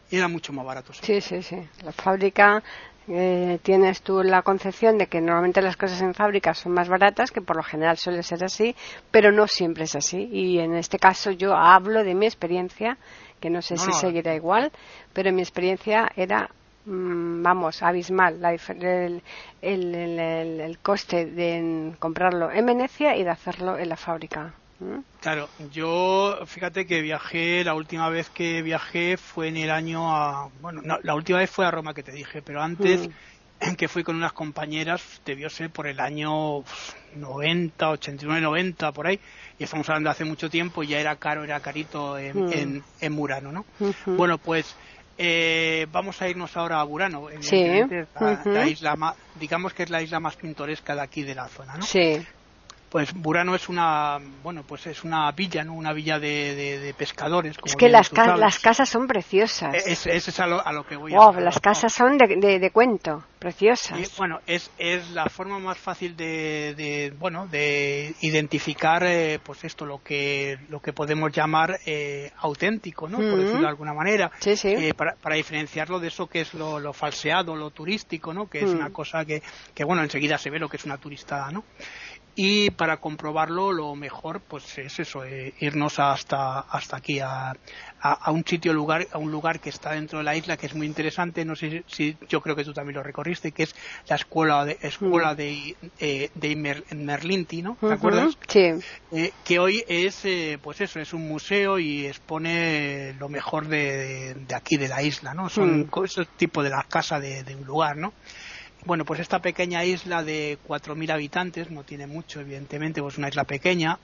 y era mucho más barato. Sí, sí, sí. La fábrica, eh, tienes tú la concepción de que normalmente las cosas en fábrica son más baratas, que por lo general suele ser así, pero no siempre es así. Y en este caso yo hablo de mi experiencia, que no sé no, si no, seguirá igual, pero mi experiencia era, mmm, vamos, abismal. La, el, el, el, el, el coste de comprarlo en Venecia y de hacerlo en la fábrica. ¿Mm? Claro, yo fíjate que viajé, la última vez que viajé fue en el año a, bueno, no, la última vez fue a Roma que te dije, pero antes mm. que fui con unas compañeras, debió ser por el año noventa, ochenta y nueve, noventa, por ahí, y estamos hablando de hace mucho tiempo, ya era caro, era carito en, mm. en, en Murano, ¿no? Uh-huh. Bueno, pues eh, vamos a irnos ahora a Burano, sí. la, uh-huh. la isla más, digamos que es la isla más pintoresca de aquí de la zona, ¿no? Sí. Pues Burano es una, bueno, pues es una villa, ¿no? Una villa de, de, de pescadores. Como es que las, ca- las casas son preciosas. Es, es, es a, lo, a lo que voy wow, a hablar. Las casas son de, de, de cuento, preciosas. Y, bueno, es, es la forma más fácil de, de bueno, de identificar, eh, pues esto, lo que, lo que podemos llamar eh, auténtico, ¿no? Mm-hmm. Por decirlo de alguna manera. Sí, sí. Eh, para, para diferenciarlo de eso que es lo, lo falseado, lo turístico, ¿no? Que es mm. una cosa que, que, bueno, enseguida se ve lo que es una turistada, ¿no? Y para comprobarlo lo mejor pues es eso, eh, irnos hasta hasta aquí a, a, a un sitio lugar a un lugar que está dentro de la isla, que es muy interesante. No sé si, yo creo que tú también lo recorriste, que es la escuela de escuela mm. de eh, de Mer, Merlinti, ¿no? ¿Te uh-huh. acuerdas? Sí. Eh, que hoy es eh, pues eso, es un museo y expone lo mejor de, de, de aquí de la isla, ¿no? Son mm. esos tipos de las casas de, de un lugar, ¿no? Bueno, pues esta pequeña isla de cuatro mil habitantes, no tiene mucho, evidentemente, pues una isla pequeña,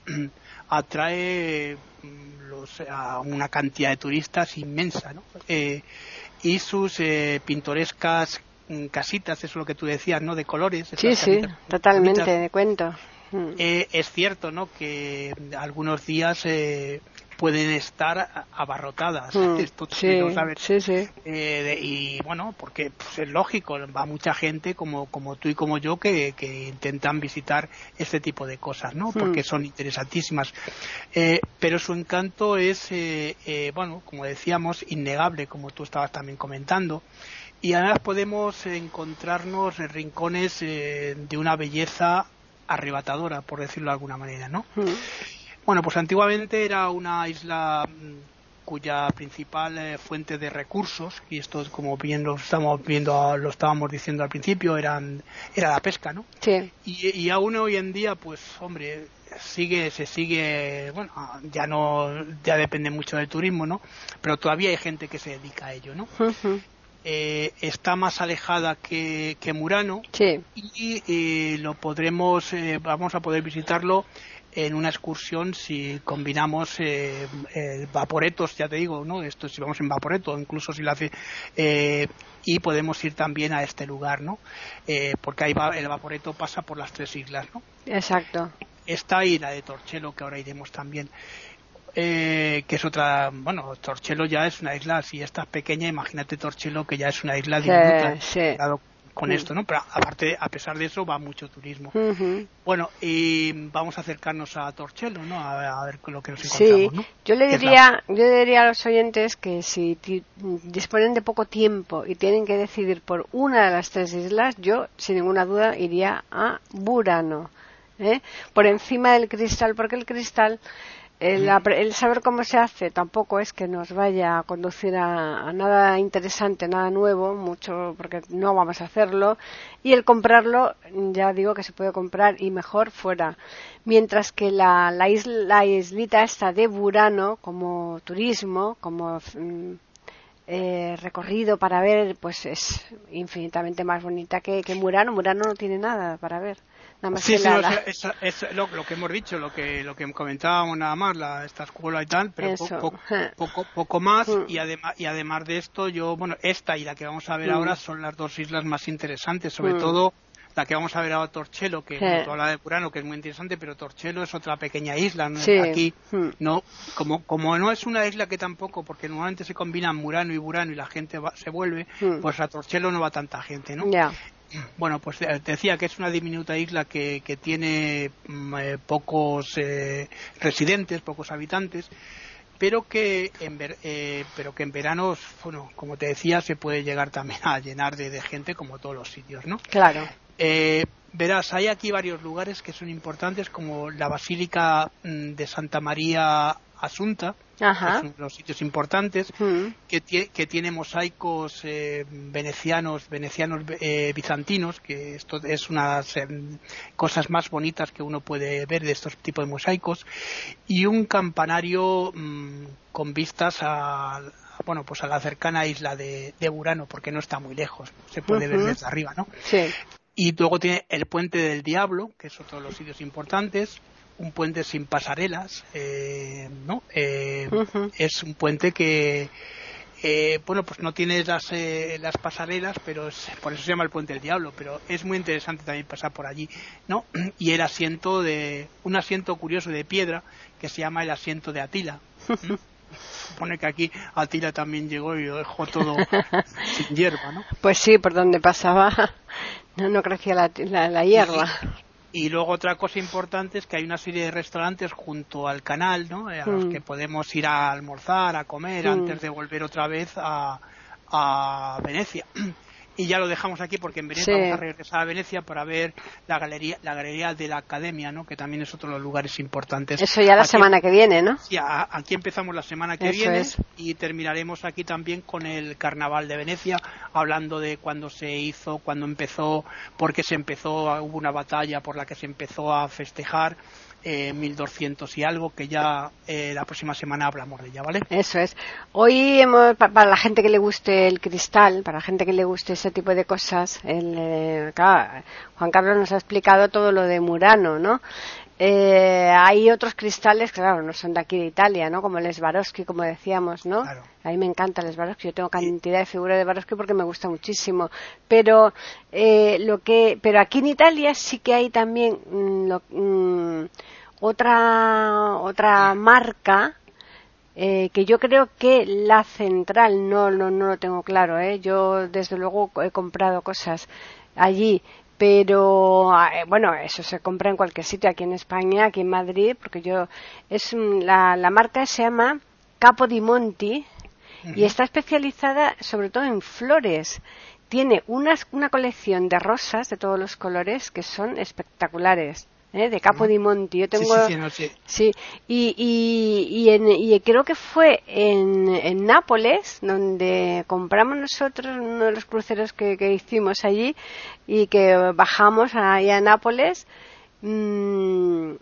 atrae los, a una cantidad de turistas inmensa, ¿no? Eh, y sus eh, pintorescas casitas, eso es lo que tú decías, ¿no? De colores. Sí, sí, totalmente, bonitas. De cuento. Eh, es cierto, ¿no? Que algunos días eh, pueden estar abarrotadas. Mm, Esto sí, no sabes. Sí, sí. Eh, de, y bueno, porque pues, es lógico, va mucha gente como como tú y como yo que, que intentan visitar este tipo de cosas, ¿no? Porque mm. son interesantísimas. Eh, pero su encanto es, eh, eh, bueno, como decíamos, innegable, como tú estabas también comentando. Y además podemos encontrarnos en rincones eh, de una belleza arrebatadora, por decirlo de alguna manera, ¿no? Mm. Bueno, pues antiguamente era una isla cuya principal eh, fuente de recursos, y esto es como bien lo estamos viendo, lo estábamos diciendo al principio, eran era la pesca, ¿no? Sí. Y, y aún hoy en día, pues, hombre, sigue, se sigue, bueno, ya no, ya depende mucho del turismo, ¿no? Pero todavía hay gente que se dedica a ello, ¿no? Uh-huh. Eh, está más alejada que, que Murano, sí. y eh, lo podremos, eh, vamos a poder visitarlo en una excursión si combinamos eh, eh, vaporetos, ya te digo, ¿no? Esto si vamos en vaporeto, incluso si lo hace, eh, y podemos ir también a este lugar, ¿no? Eh, porque ahí va, el vaporeto pasa por las tres islas, ¿no? Exacto. Está ahí la de Torcello, que ahora iremos también. Eh, que es otra, bueno, Torcello ya es una isla, si esta es pequeña, imagínate Torcello, que ya es una isla diminuta, sí, sí. con uh-huh. esto, ¿no? Pero aparte, a pesar de eso, va mucho turismo. Uh-huh. Bueno, y vamos a acercarnos a Torcello, ¿no? A, a ver lo que nos encontramos, sí. ¿no? Yo le diría, la... yo le diría a los oyentes que si t- disponen de poco tiempo y tienen que decidir por una de las tres islas, yo, sin ninguna duda, iría a Burano, ¿eh? Por encima del Cristal, porque el Cristal... El, el saber cómo se hace tampoco es que nos vaya a conducir a, a nada interesante, nada nuevo, mucho porque no vamos a hacerlo, y el comprarlo, ya digo que se puede comprar y mejor fuera. Mientras que la, la, isla, la islita esta de Burano, como turismo, como eh, recorrido para ver, pues es infinitamente más bonita que, que Murano. Murano no tiene nada para ver. Nada más sí, que sí, la, no, la... Es, es, es lo, lo que hemos dicho, lo que lo que comentábamos nada más, la, esta escuela y tal, pero po, po, poco poco más mm. y además y además de esto, yo bueno, esta y la que vamos a ver mm. ahora son las dos islas más interesantes, sobre mm. todo la que vamos a ver ahora, Torcello, que sí. bueno, tú hablas de Burano, que es muy interesante, pero Torcello es otra pequeña isla, ¿no? Sí. Aquí, mm. no, como como no es una isla que tampoco, porque normalmente se combinan Murano y Burano y la gente va, se vuelve, mm. pues a Torcello no va tanta gente, ¿no? Yeah. Bueno, pues te decía que es una diminuta isla que, que tiene eh, pocos eh, residentes, pocos habitantes, pero que en ver, eh, pero que en verano, bueno, como te decía, se puede llegar también a llenar de, de gente como todos los sitios, ¿no? Claro. Eh, verás, hay aquí varios lugares que son importantes, como la Basílica de Santa María Asunta, Ajá. que son los sitios importantes, mm. que, tie, que tiene mosaicos eh, venecianos, venecianos eh, bizantinos, que esto es unas eh, cosas más bonitas que uno puede ver de estos tipos de mosaicos, y un campanario mmm, con vistas a, bueno, pues a la cercana isla de, de Burano, porque no está muy lejos, se puede uh-huh. ver desde arriba, ¿no? Sí. Y luego tiene el Puente del Diablo, que es otro de los sitios importantes, un puente sin pasarelas, eh, ¿no? Eh, uh-huh. Es un puente que, eh, bueno, pues no tiene las, eh, las pasarelas, pero es, por eso se llama el Puente del Diablo, pero es muy interesante también pasar por allí, ¿no? Y el asiento de, un asiento curioso de piedra que se llama el asiento de Atila. ¿Mm? Supone que aquí Atila también llegó y lo dejó todo sin hierba, ¿no? Pues sí, por donde pasaba no, no crecía la, la, la hierba. Y, y luego otra cosa importante es que hay una serie de restaurantes junto al canal, ¿no? A los mm. que podemos ir a almorzar, a comer, mm. antes de volver otra vez a, a Venecia. Y ya lo dejamos aquí porque en Venecia sí. vamos a regresar a Venecia para ver la galería la galería de la Academia, ¿no? Que también es otro de los lugares importantes. Eso ya la aquí, semana que viene, ¿no? Sí, a, aquí empezamos la semana que Eso viene es. Y terminaremos aquí también con el Carnaval de Venecia, hablando de cuándo se hizo, cuándo empezó, por qué se empezó, hubo una batalla por la que se empezó a festejar. Eh, mil doscientos y algo, que ya eh, la próxima semana hablamos de ella, ¿vale? Eso es. Hoy, hemos, para la gente que le guste el cristal, para la gente que le guste ese tipo de cosas, el, eh, claro, Juan Carlos nos ha explicado todo lo de Murano, ¿no? Eh, hay otros cristales, claro, no son de aquí de Italia, ¿no? Como el Swarovski, como decíamos, ¿no? Claro. A mí me encanta el Swarovski, yo tengo cantidad de figuras de Swarovski porque me gusta muchísimo. Pero eh, lo que, pero aquí en Italia sí que hay también mmm, lo, mmm, otra otra marca eh, que yo creo que la Central no, no, no lo tengo claro, ¿eh? Yo desde luego he comprado cosas allí. Pero eh, bueno, eso se compra en cualquier sitio, aquí en España, aquí en Madrid, porque yo es la, la marca se llama Capodimonti uh-huh. y está especializada sobre todo en flores. Tiene unas, una colección de rosas de todos los colores que son espectaculares. ¿Eh? De Capodimonti. Yo tengo, sí, sí, sí, no, sí. sí. Y, y, y, en, y creo que fue en, en Nápoles donde compramos nosotros uno de los cruceros que, que hicimos allí y que bajamos ahí a Nápoles mmm,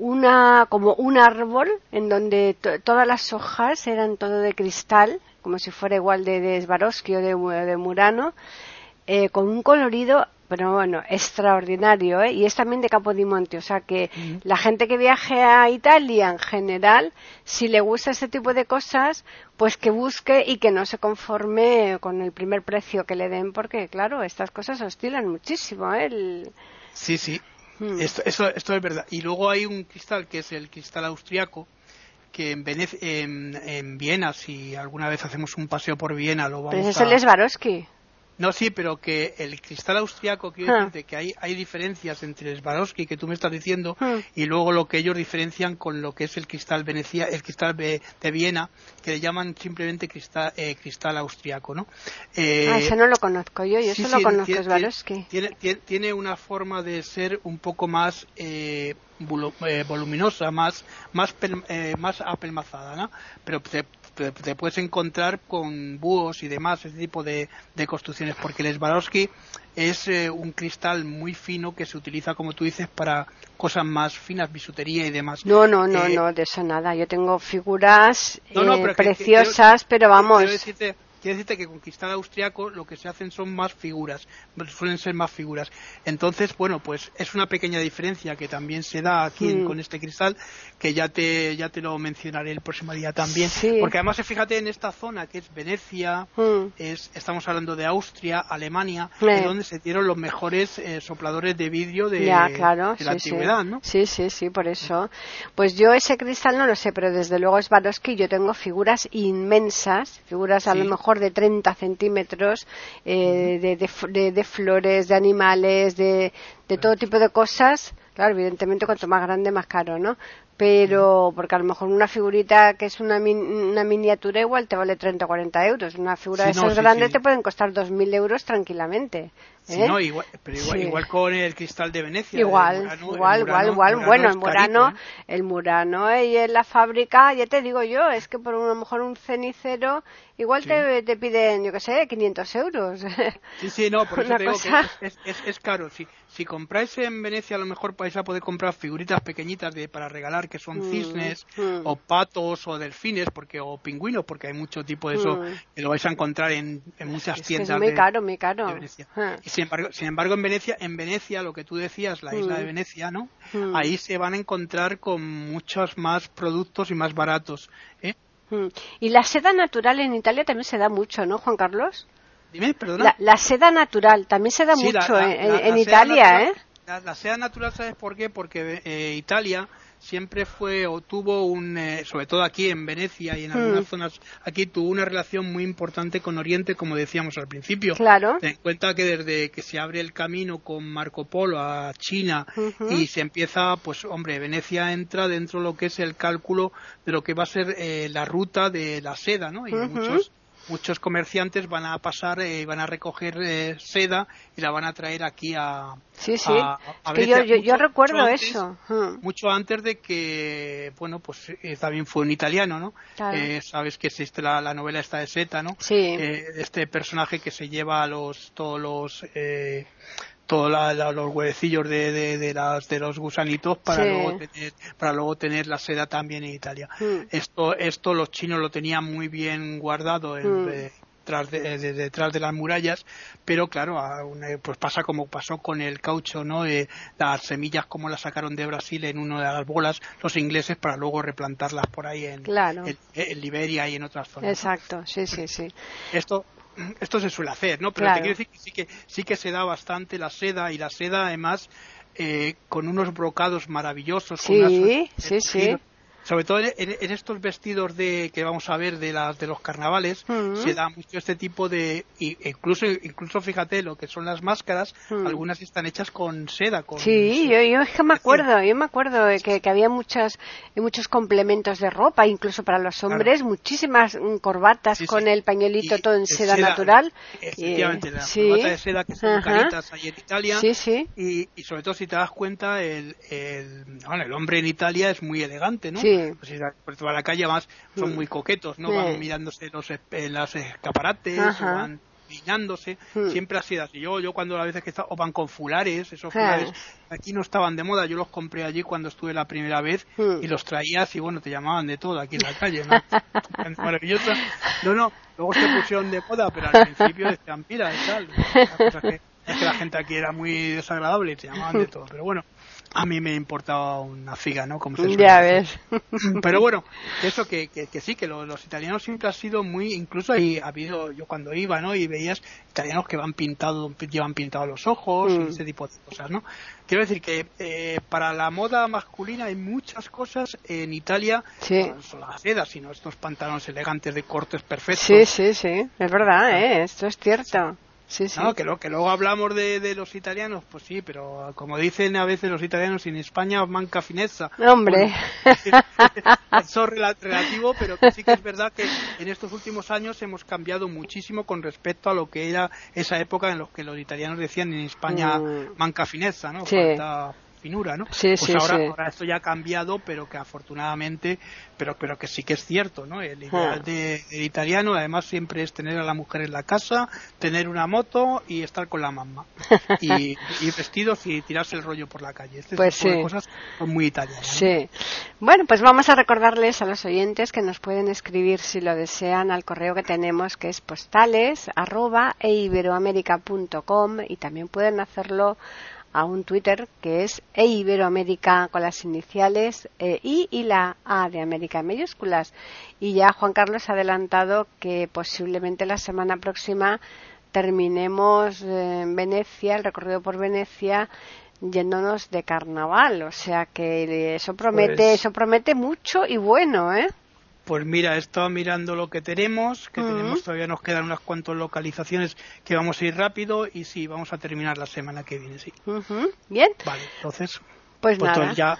una como un árbol en donde to, todas las hojas eran todo de cristal, como si fuera igual de, de Swarovski o de, de Murano, eh, con un colorido pero bueno, extraordinario, ¿eh? Y es también de Capodimonti, o sea que uh-huh. la gente que viaje a Italia en general, si le gusta este tipo de cosas, pues que busque y que no se conforme con el primer precio que le den, porque claro, estas cosas oscilan muchísimo, ¿eh? El... Sí, sí, hmm. esto, esto, esto es verdad. Y luego hay un cristal que es el cristal austriaco, que en, Venez- en, en Viena, si alguna vez hacemos un paseo por Viena, lo vamos Pero es a... el es Swarovski. No, sí, pero que el cristal austriaco, quiero ah. decirte que hay, hay diferencias entre el Swarovski que tú me estás diciendo ah. y luego lo que ellos diferencian con lo que es el cristal Venecia, el cristal de, de Viena, que le llaman simplemente cristal, eh, cristal austriaco, ¿no? Eh, ah, ese no lo conozco yo, yo sí, solo sí, conozco tiene, Swarovski. Tiene, tiene, tiene una forma de ser un poco más eh, volu- eh, voluminosa, más más, pel- eh, más apelmazada, ¿no? Pero te, te, te puedes encontrar con búhos y demás, ese tipo de, de construcciones, porque el Swarovski es eh, un cristal muy fino que se utiliza, como tú dices, para cosas más finas, bisutería y demás. No, no, no, eh, no, de eso nada. Yo tengo figuras no, no, eh, pero preciosas, que, que, pero vamos... Quiero decirte, quiero decirte que con cristal austriaco lo que se hacen son más figuras, suelen ser más figuras. Entonces, bueno, pues es una pequeña diferencia que también se da aquí mm. con este cristal, que ya te ya te lo mencionaré el próximo día también. Sí. Porque además, fíjate en esta zona que es Venecia, mm. es estamos hablando de Austria, Alemania, sí. es donde se dieron los mejores eh, sopladores de vidrio de, ya, claro, de la sí, antigüedad, sí. ¿no? Sí, sí, sí, por eso. Pues yo ese cristal no lo sé, pero desde luego es Swarovski. Yo tengo figuras inmensas, figuras a sí. lo mejor de treinta centímetros, eh, uh-huh. de, de, de, de flores, de animales, de, de todo tipo de cosas. Claro, evidentemente cuanto más grande más caro, ¿no? pero porque a lo mejor una figurita que es una, min, una miniatura igual te vale treinta o cuarenta euros. Una figura sí, de esas no, sí, grandes sí. te pueden costar dos mil euros tranquilamente. ¿Eh? Sí, no, igual, pero igual, sí. igual con el cristal de Venecia. Igual, Murano, igual, el Murano, igual, igual. Bueno, el Murano, carito, ¿eh? el Murano y en la fábrica, ya te digo yo, es que por a lo mejor un cenicero igual sí. te, te piden, yo qué sé, quinientos euros. Sí, sí, no, por eso Una te digo cosa... que es, es, es caro. Si, si compráis en Venecia, a lo mejor vais a poder comprar figuritas pequeñitas de para regalar, que son cisnes, mm, mm. o patos, o delfines, porque o pingüinos, porque hay mucho tipo de eso, mm. que lo vais a encontrar en, en muchas es tiendas que es muy de, caro, muy caro. de Venecia. Ah. Y sin embargo, sin embargo, en Venecia, en Venecia, lo que tú decías, la isla mm. de Venecia, ¿no? Mm. Ahí se van a encontrar con muchos más productos y más baratos, ¿eh? Mm. Y la seda natural en Italia también se da mucho, ¿no, Juan Carlos? Dime, perdona. La, la seda natural también se da sí, mucho la, la, en, la, en la Italia, natural, ¿eh? La, la seda natural, ¿sabes por qué? Porque eh, Italia siempre fue o tuvo un, eh, sobre todo aquí en Venecia y en algunas mm. zonas aquí, tuvo una relación muy importante con Oriente, como decíamos al principio. Claro. Ten en cuenta que desde que se abre el camino con Marco Polo a China uh-huh. y se empieza, pues hombre, Venecia entra dentro de lo que es el cálculo de lo que va a ser eh, la ruta de la seda, ¿no? Y uh-huh. muchos muchos comerciantes van a pasar, eh, van a recoger eh, seda y la van a traer aquí a sí sí a, a es que yo, yo, mucho, yo recuerdo mucho antes, eso hmm. mucho antes de que bueno pues eh, también fue un italiano, ¿no? Claro. Eh, sabes que existe la, la novela esta de Zeta, ¿no? Sí. Eh, este personaje que se lleva a los todos los eh, todos la, la, los huevecillos de, de, de, las, de los gusanitos para sí. luego tener para luego tener la seda también en Italia. Mm. Esto esto los chinos lo tenían muy bien guardado en, mm. eh, tras de, de, detrás de las murallas, pero claro, a una, pues pasa como pasó con el caucho, ¿no? Eh, las semillas como las sacaron de Brasil en una de las bolas los ingleses para luego replantarlas por ahí en, claro. en, en Liberia y en otras zonas. Exacto, ¿no? sí, sí, sí. Esto Esto se suele hacer, ¿no? Pero claro. te quiero decir que sí que sí que se da bastante la seda y la seda además eh, con unos brocados maravillosos. Sí, con unas, sí, sí. Sobre todo en, en estos vestidos de que vamos a ver de las de los carnavales uh-huh. se da mucho este tipo de y incluso incluso fíjate lo que son las máscaras, uh-huh. algunas están hechas con seda. Con sí, seda. Yo, yo es que me acuerdo, yo me acuerdo de que, que había muchas muchos complementos de ropa, incluso para los hombres, claro. muchísimas corbatas sí, con sí. el pañuelito y todo en seda, seda natural. Efectivamente, y, la sí. corbata de seda que son uh-huh. caritas ahí en Italia. Sí, sí. Y, y sobre todo si te das cuenta el el, bueno, el hombre en Italia es muy elegante, ¿no? Sí. Pues si por toda la calle además son mm. muy coquetos, ¿no? Sí. Van mirándose los, eh, los escaparates, o van peinándose, mm. siempre ha sido así. Yo, yo cuando a veces que estaba, o van con fulares, esos fulares aquí no estaban de moda, yo los compré allí cuando estuve la primera vez mm. y los traías y bueno, te llamaban de todo aquí en la calle, ¿no? Maravillosa. No, no, luego se pusieron de moda, pero al principio decían, mira, y tal. La cosa que, es que la gente aquí era muy desagradable y te llamaban de todo, pero bueno. A mí me importaba una figa, ¿no? Como se suele ya decir. ves. Pero bueno, eso que, que, que sí, que lo, los italianos siempre han sido muy, incluso ahí ha habido, yo cuando iba, ¿no? Y veías italianos que van pintados, llevan pintados los ojos mm. y ese tipo de cosas, ¿no? Quiero decir que eh, para la moda masculina hay muchas cosas en Italia, sí. no solo la seda, sino estos pantalones elegantes de cortes perfectos. Sí, sí, sí, es verdad, ¿eh? Esto es cierto. Sí, sí. No, que, lo, que luego hablamos de, de los italianos, pues sí, pero como dicen a veces los italianos, en España manca fineza. Hombre. Bueno, eso es relativo, pero que sí que es verdad que en estos últimos años hemos cambiado muchísimo con respecto a lo que era esa época en la que los italianos decían en España mm. manca fineza, ¿no? Sí. Falta finura, ¿no? Sí, pues sí, ahora, sí. ahora esto ya ha cambiado, pero que afortunadamente, pero pero que sí que es cierto, ¿no? El ideal ah. de, del italiano, además, siempre es tener a la mujer en la casa, tener una moto y estar con la mamá. Y, y vestidos y tirarse el rollo por la calle. Este pues tipo sí. de cosas son muy italianas. Sí. Bueno, pues vamos a recordarles a los oyentes que nos pueden escribir, si lo desean, al correo que tenemos, que es postales arroba eiberoamerica punto com, y también pueden hacerlo a un Twitter que es eiberoamerica con las iniciales eh, I y la A de América en mayúsculas. Y ya Juan Carlos ha adelantado que posiblemente la semana próxima terminemos eh, en Venecia, el recorrido por Venecia, yéndonos de carnaval. O sea que eso promete, pues... eso promete mucho y bueno, ¿eh? Pues mira, he estado mirando lo que tenemos, que uh-huh. tenemos todavía nos quedan unas cuantas localizaciones que vamos a ir rápido y sí, vamos a terminar la semana que viene, sí. Uh-huh. Bien. Vale, entonces, pues, pues nada. ya,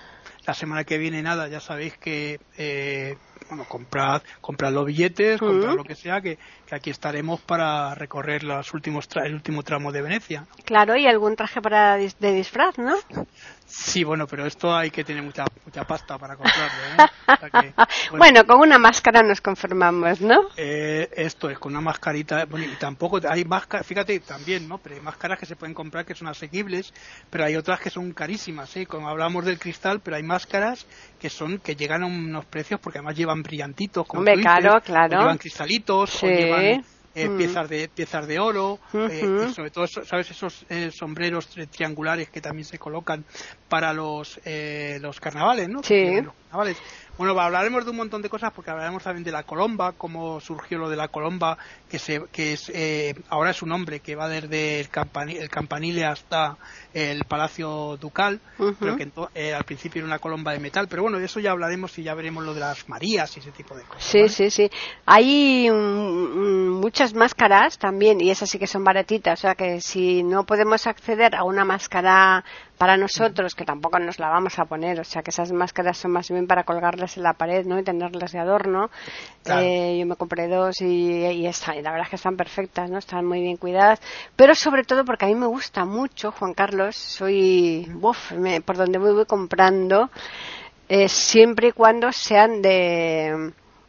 la semana que viene, nada, ya sabéis que, eh, bueno, comprad, comprad los billetes, uh-huh. comprad lo que sea, que, que aquí estaremos para recorrer los últimos tra- el último tramo de Venecia. Claro, y algún traje para dis- de disfraz, ¿no? Sí, bueno, pero esto hay que tener mucha mucha pasta para comprarlo, ¿eh? O sea que, bueno, bueno, con una máscara nos conformamos, ¿no? Eh, esto es, con una mascarita, bueno, y tampoco hay máscaras, fíjate, también, ¿no? Pero hay máscaras que se pueden comprar que son asequibles, pero hay otras que son carísimas, ¿eh? Como hablamos del cristal, pero hay máscaras que son, que llegan a unos precios porque además llevan brillantitos, como Hombre, tú dices, claro, claro. o llevan cristalitos, sí. o llevan... Eh, mm. piezas de piezas de oro, uh-huh. eh, y sobre todo, sabes, esos eh, sombreros triangulares que también se colocan para los eh, los carnavales, ¿no? Sí. Los carnavales. Bueno, hablaremos de un montón de cosas porque hablaremos también de la colomba, cómo surgió lo de la colomba, que se que es eh, ahora es un nombre que va desde el, campanile, el campanile hasta el Palacio Ducal, uh-huh. pero que eh, al principio era una colomba de metal, pero bueno, de eso ya hablaremos y ya veremos lo de las Marías y ese tipo de cosas. Sí, ¿vale? sí, sí. Hay um, muchas máscaras también y esas sí que son baratitas, o sea que si no podemos acceder a una máscara para nosotros, que tampoco nos la vamos a poner, o sea que esas máscaras son más bien para colgarlas en la pared, ¿no? Y tenerlas de adorno. Claro. Eh, yo me compré dos y, y, está, y la verdad es que están perfectas, ¿no? Están muy bien cuidadas, pero sobre todo porque a mí me gusta mucho, Juan Carlos, soy, uf, me, por donde voy voy comprando, eh, siempre y cuando sean de,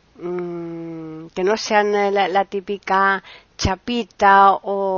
mmm, que no sean la, la típica chapita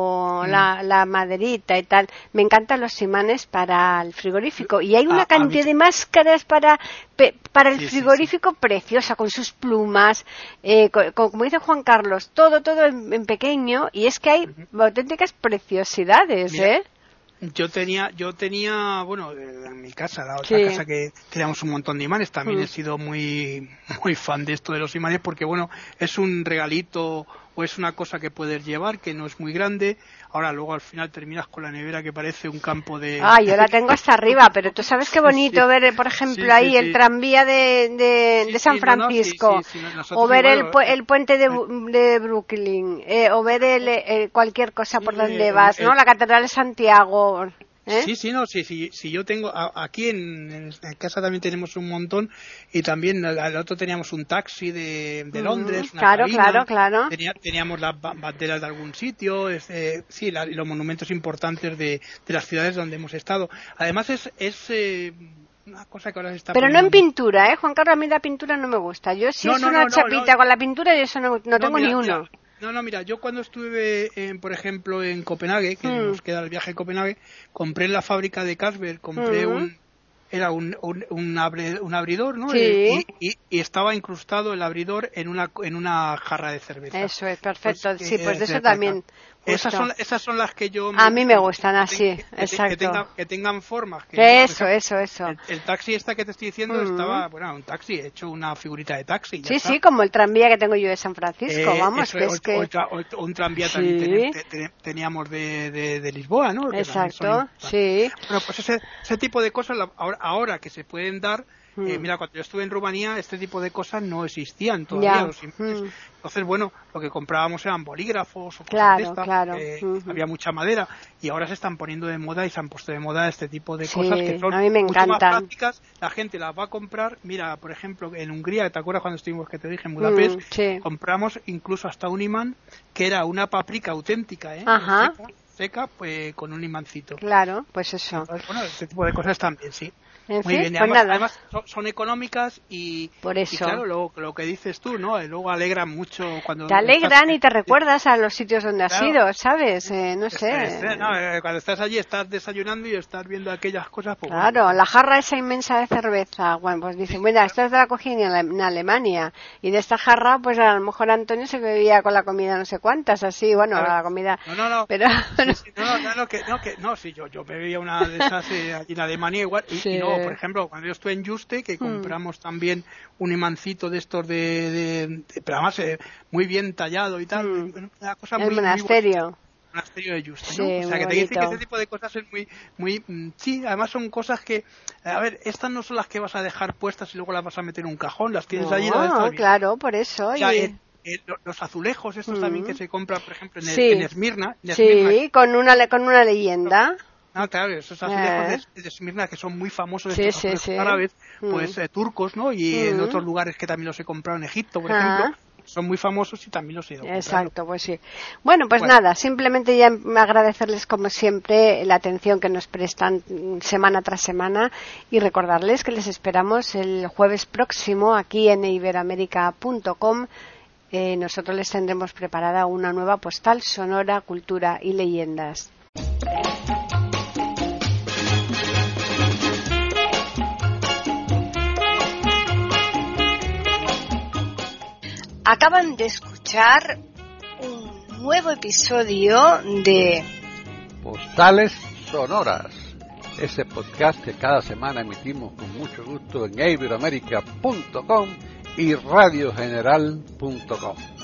o mm. la, la maderita y tal. Me encantan los imanes para el frigorífico y hay una ah, cantidad de máscaras para pe, para el sí, frigorífico sí, sí. preciosa, con sus plumas, eh, con, con, como dice Juan Carlos, todo todo en, en pequeño, y es que hay uh-huh. auténticas preciosidades. Mira, ¿eh? Yo tenía, yo tenía, bueno, en mi casa, la otra sí. casa que teníamos un montón de imanes, también mm. he sido muy muy fan de esto de los imanes porque, bueno, es un regalito o es una cosa que puedes llevar, que no es muy grande. Ahora luego al final terminas con la nevera que parece un campo de... Ah, yo la tengo hasta arriba, pero tú sabes qué bonito sí. ver, por ejemplo, sí, ahí sí, el sí. tranvía de, de, sí, de San sí, Francisco, no, no, sí, sí, sí, o ver igual, el, pu- el puente de, de Brooklyn, eh, o ver el, el, cualquier cosa por donde vas, ¿no? El, la Catedral de Santiago... ¿Eh? Sí, sí, no, sí, sí, sí yo tengo, a, aquí en, en casa también tenemos un montón y también al, al otro teníamos un taxi de, de Londres, mm, una claro, cabina, claro, claro. Tenía, teníamos las banderas de algún sitio, este, sí, la, los monumentos importantes de, de las ciudades donde hemos estado. Además es, es eh, una cosa que ahora se está pero poniendo... no en pintura, ¿eh? Juan Carlos, a mí la pintura no me gusta. Yo si no, es no, una no, chapita no, no. con la pintura, yo eso no, no, no tengo mira, ni uno. Mira. No, no, mira, yo cuando estuve, en, por ejemplo, en Copenhague, que mm. nos queda el viaje a Copenhague, compré en la fábrica de Carlsberg, compré mm. un, era un, un, un, abre, un abridor, ¿no? Sí. Y, y, y estaba incrustado el abridor en una, en una jarra de cerveza. Eso es, perfecto, pues, sí, pues de eso también... Esas son, esas son las que yo... Me, a mí me gustan así, que, exacto. Que, tenga, que tengan formas. Que eso, ejemplo, eso, eso. El, el taxi esta que te estoy diciendo mm. estaba, bueno, un taxi, he hecho una figurita de taxi. Sí, está. sí, como el tranvía que tengo yo de San Francisco, eh, vamos. Eso, que o, es que... o, o, un tranvía sí. también ten, ten, teníamos de, de, de Lisboa, ¿no? Que exacto, sí. Bueno, pues ese, ese tipo de cosas, ahora, ahora que se pueden dar... Eh, mira, cuando yo estuve en Rumanía, este tipo de cosas no existían todavía. Los mm. Entonces, bueno, lo que comprábamos eran bolígrafos o cosas claro, de estas. Claro. Eh, uh-huh. Había mucha madera y ahora se están poniendo de moda y se han puesto de moda este tipo de sí, cosas que son a mí me mucho más prácticas. La gente las va a comprar. Mira, por ejemplo, en Hungría, ¿te acuerdas cuando estuvimos que te dije en Budapest? Mm, sí. Compramos incluso hasta un imán que era una paprika auténtica, ¿eh? Ajá. Seca, seca, pues con un imancito. Claro, pues eso. Entonces, bueno, este tipo de cosas también, sí. En Muy fin, bien, y pues además, nada. además son, son económicas y, Por eso. y claro, lo, lo que dices tú, ¿no? Y luego alegran mucho cuando... Te alegran estás, y te recuerdas a los sitios donde claro, has ido, ¿sabes? Eh, no sé. Es, es, no, cuando estás allí, estás desayunando y estás viendo aquellas cosas... Pues, claro, bueno. La jarra esa inmensa de cerveza. Bueno, pues dicen, mira, esto es de la cogí en, en Alemania. Y de esta jarra, pues a lo mejor Antonio se bebía con la comida no sé cuántas, así, bueno, claro. La comida... No, no, no. Pero, sí, sí, no, no, no, que, no, que, no, sí, yo, yo bebía una de esas eh, allí en Alemania igual. Y, sí. y no, por ejemplo, cuando yo estuve en Juste, que compramos mm. también un imancito de estos de, de, de pero además eh, muy bien tallado y tal, mm. una cosa el muy monasterio muy monasterio de Juste, sí, ¿no? O sea que bonito. te dice que este tipo de cosas es muy muy mm, sí, además son cosas que a ver, estas no son las que vas a dejar puestas y luego las vas a meter en un cajón, las tienes no, allí. No, claro, por eso. O sea, y... eh, Eh, los azulejos estos mm. también que se compran, por ejemplo, en, sí. en Esmirna, en sí, Esmirna. con una con una leyenda. Ah, claro, esos azulejos eh. de, de Esmirna que son muy famosos, sí, estos sí, sí. árabes, pues mm. eh, turcos, ¿no? Y mm. en otros lugares que también los he comprado, en Egipto, por ah. ejemplo, son muy famosos y también los he ido comprando. Exacto, pues sí. Bueno, pues bueno. nada, simplemente ya agradecerles como siempre la atención que nos prestan semana tras semana y recordarles que les esperamos el jueves próximo aquí en iberoamérica punto com. Eh, nosotros les tendremos preparada una nueva postal sonora, cultura y leyendas. Acaban de escuchar un nuevo episodio de Postales Sonoras, ese podcast que cada semana emitimos con mucho gusto en iberoamérica punto com y radio general punto com.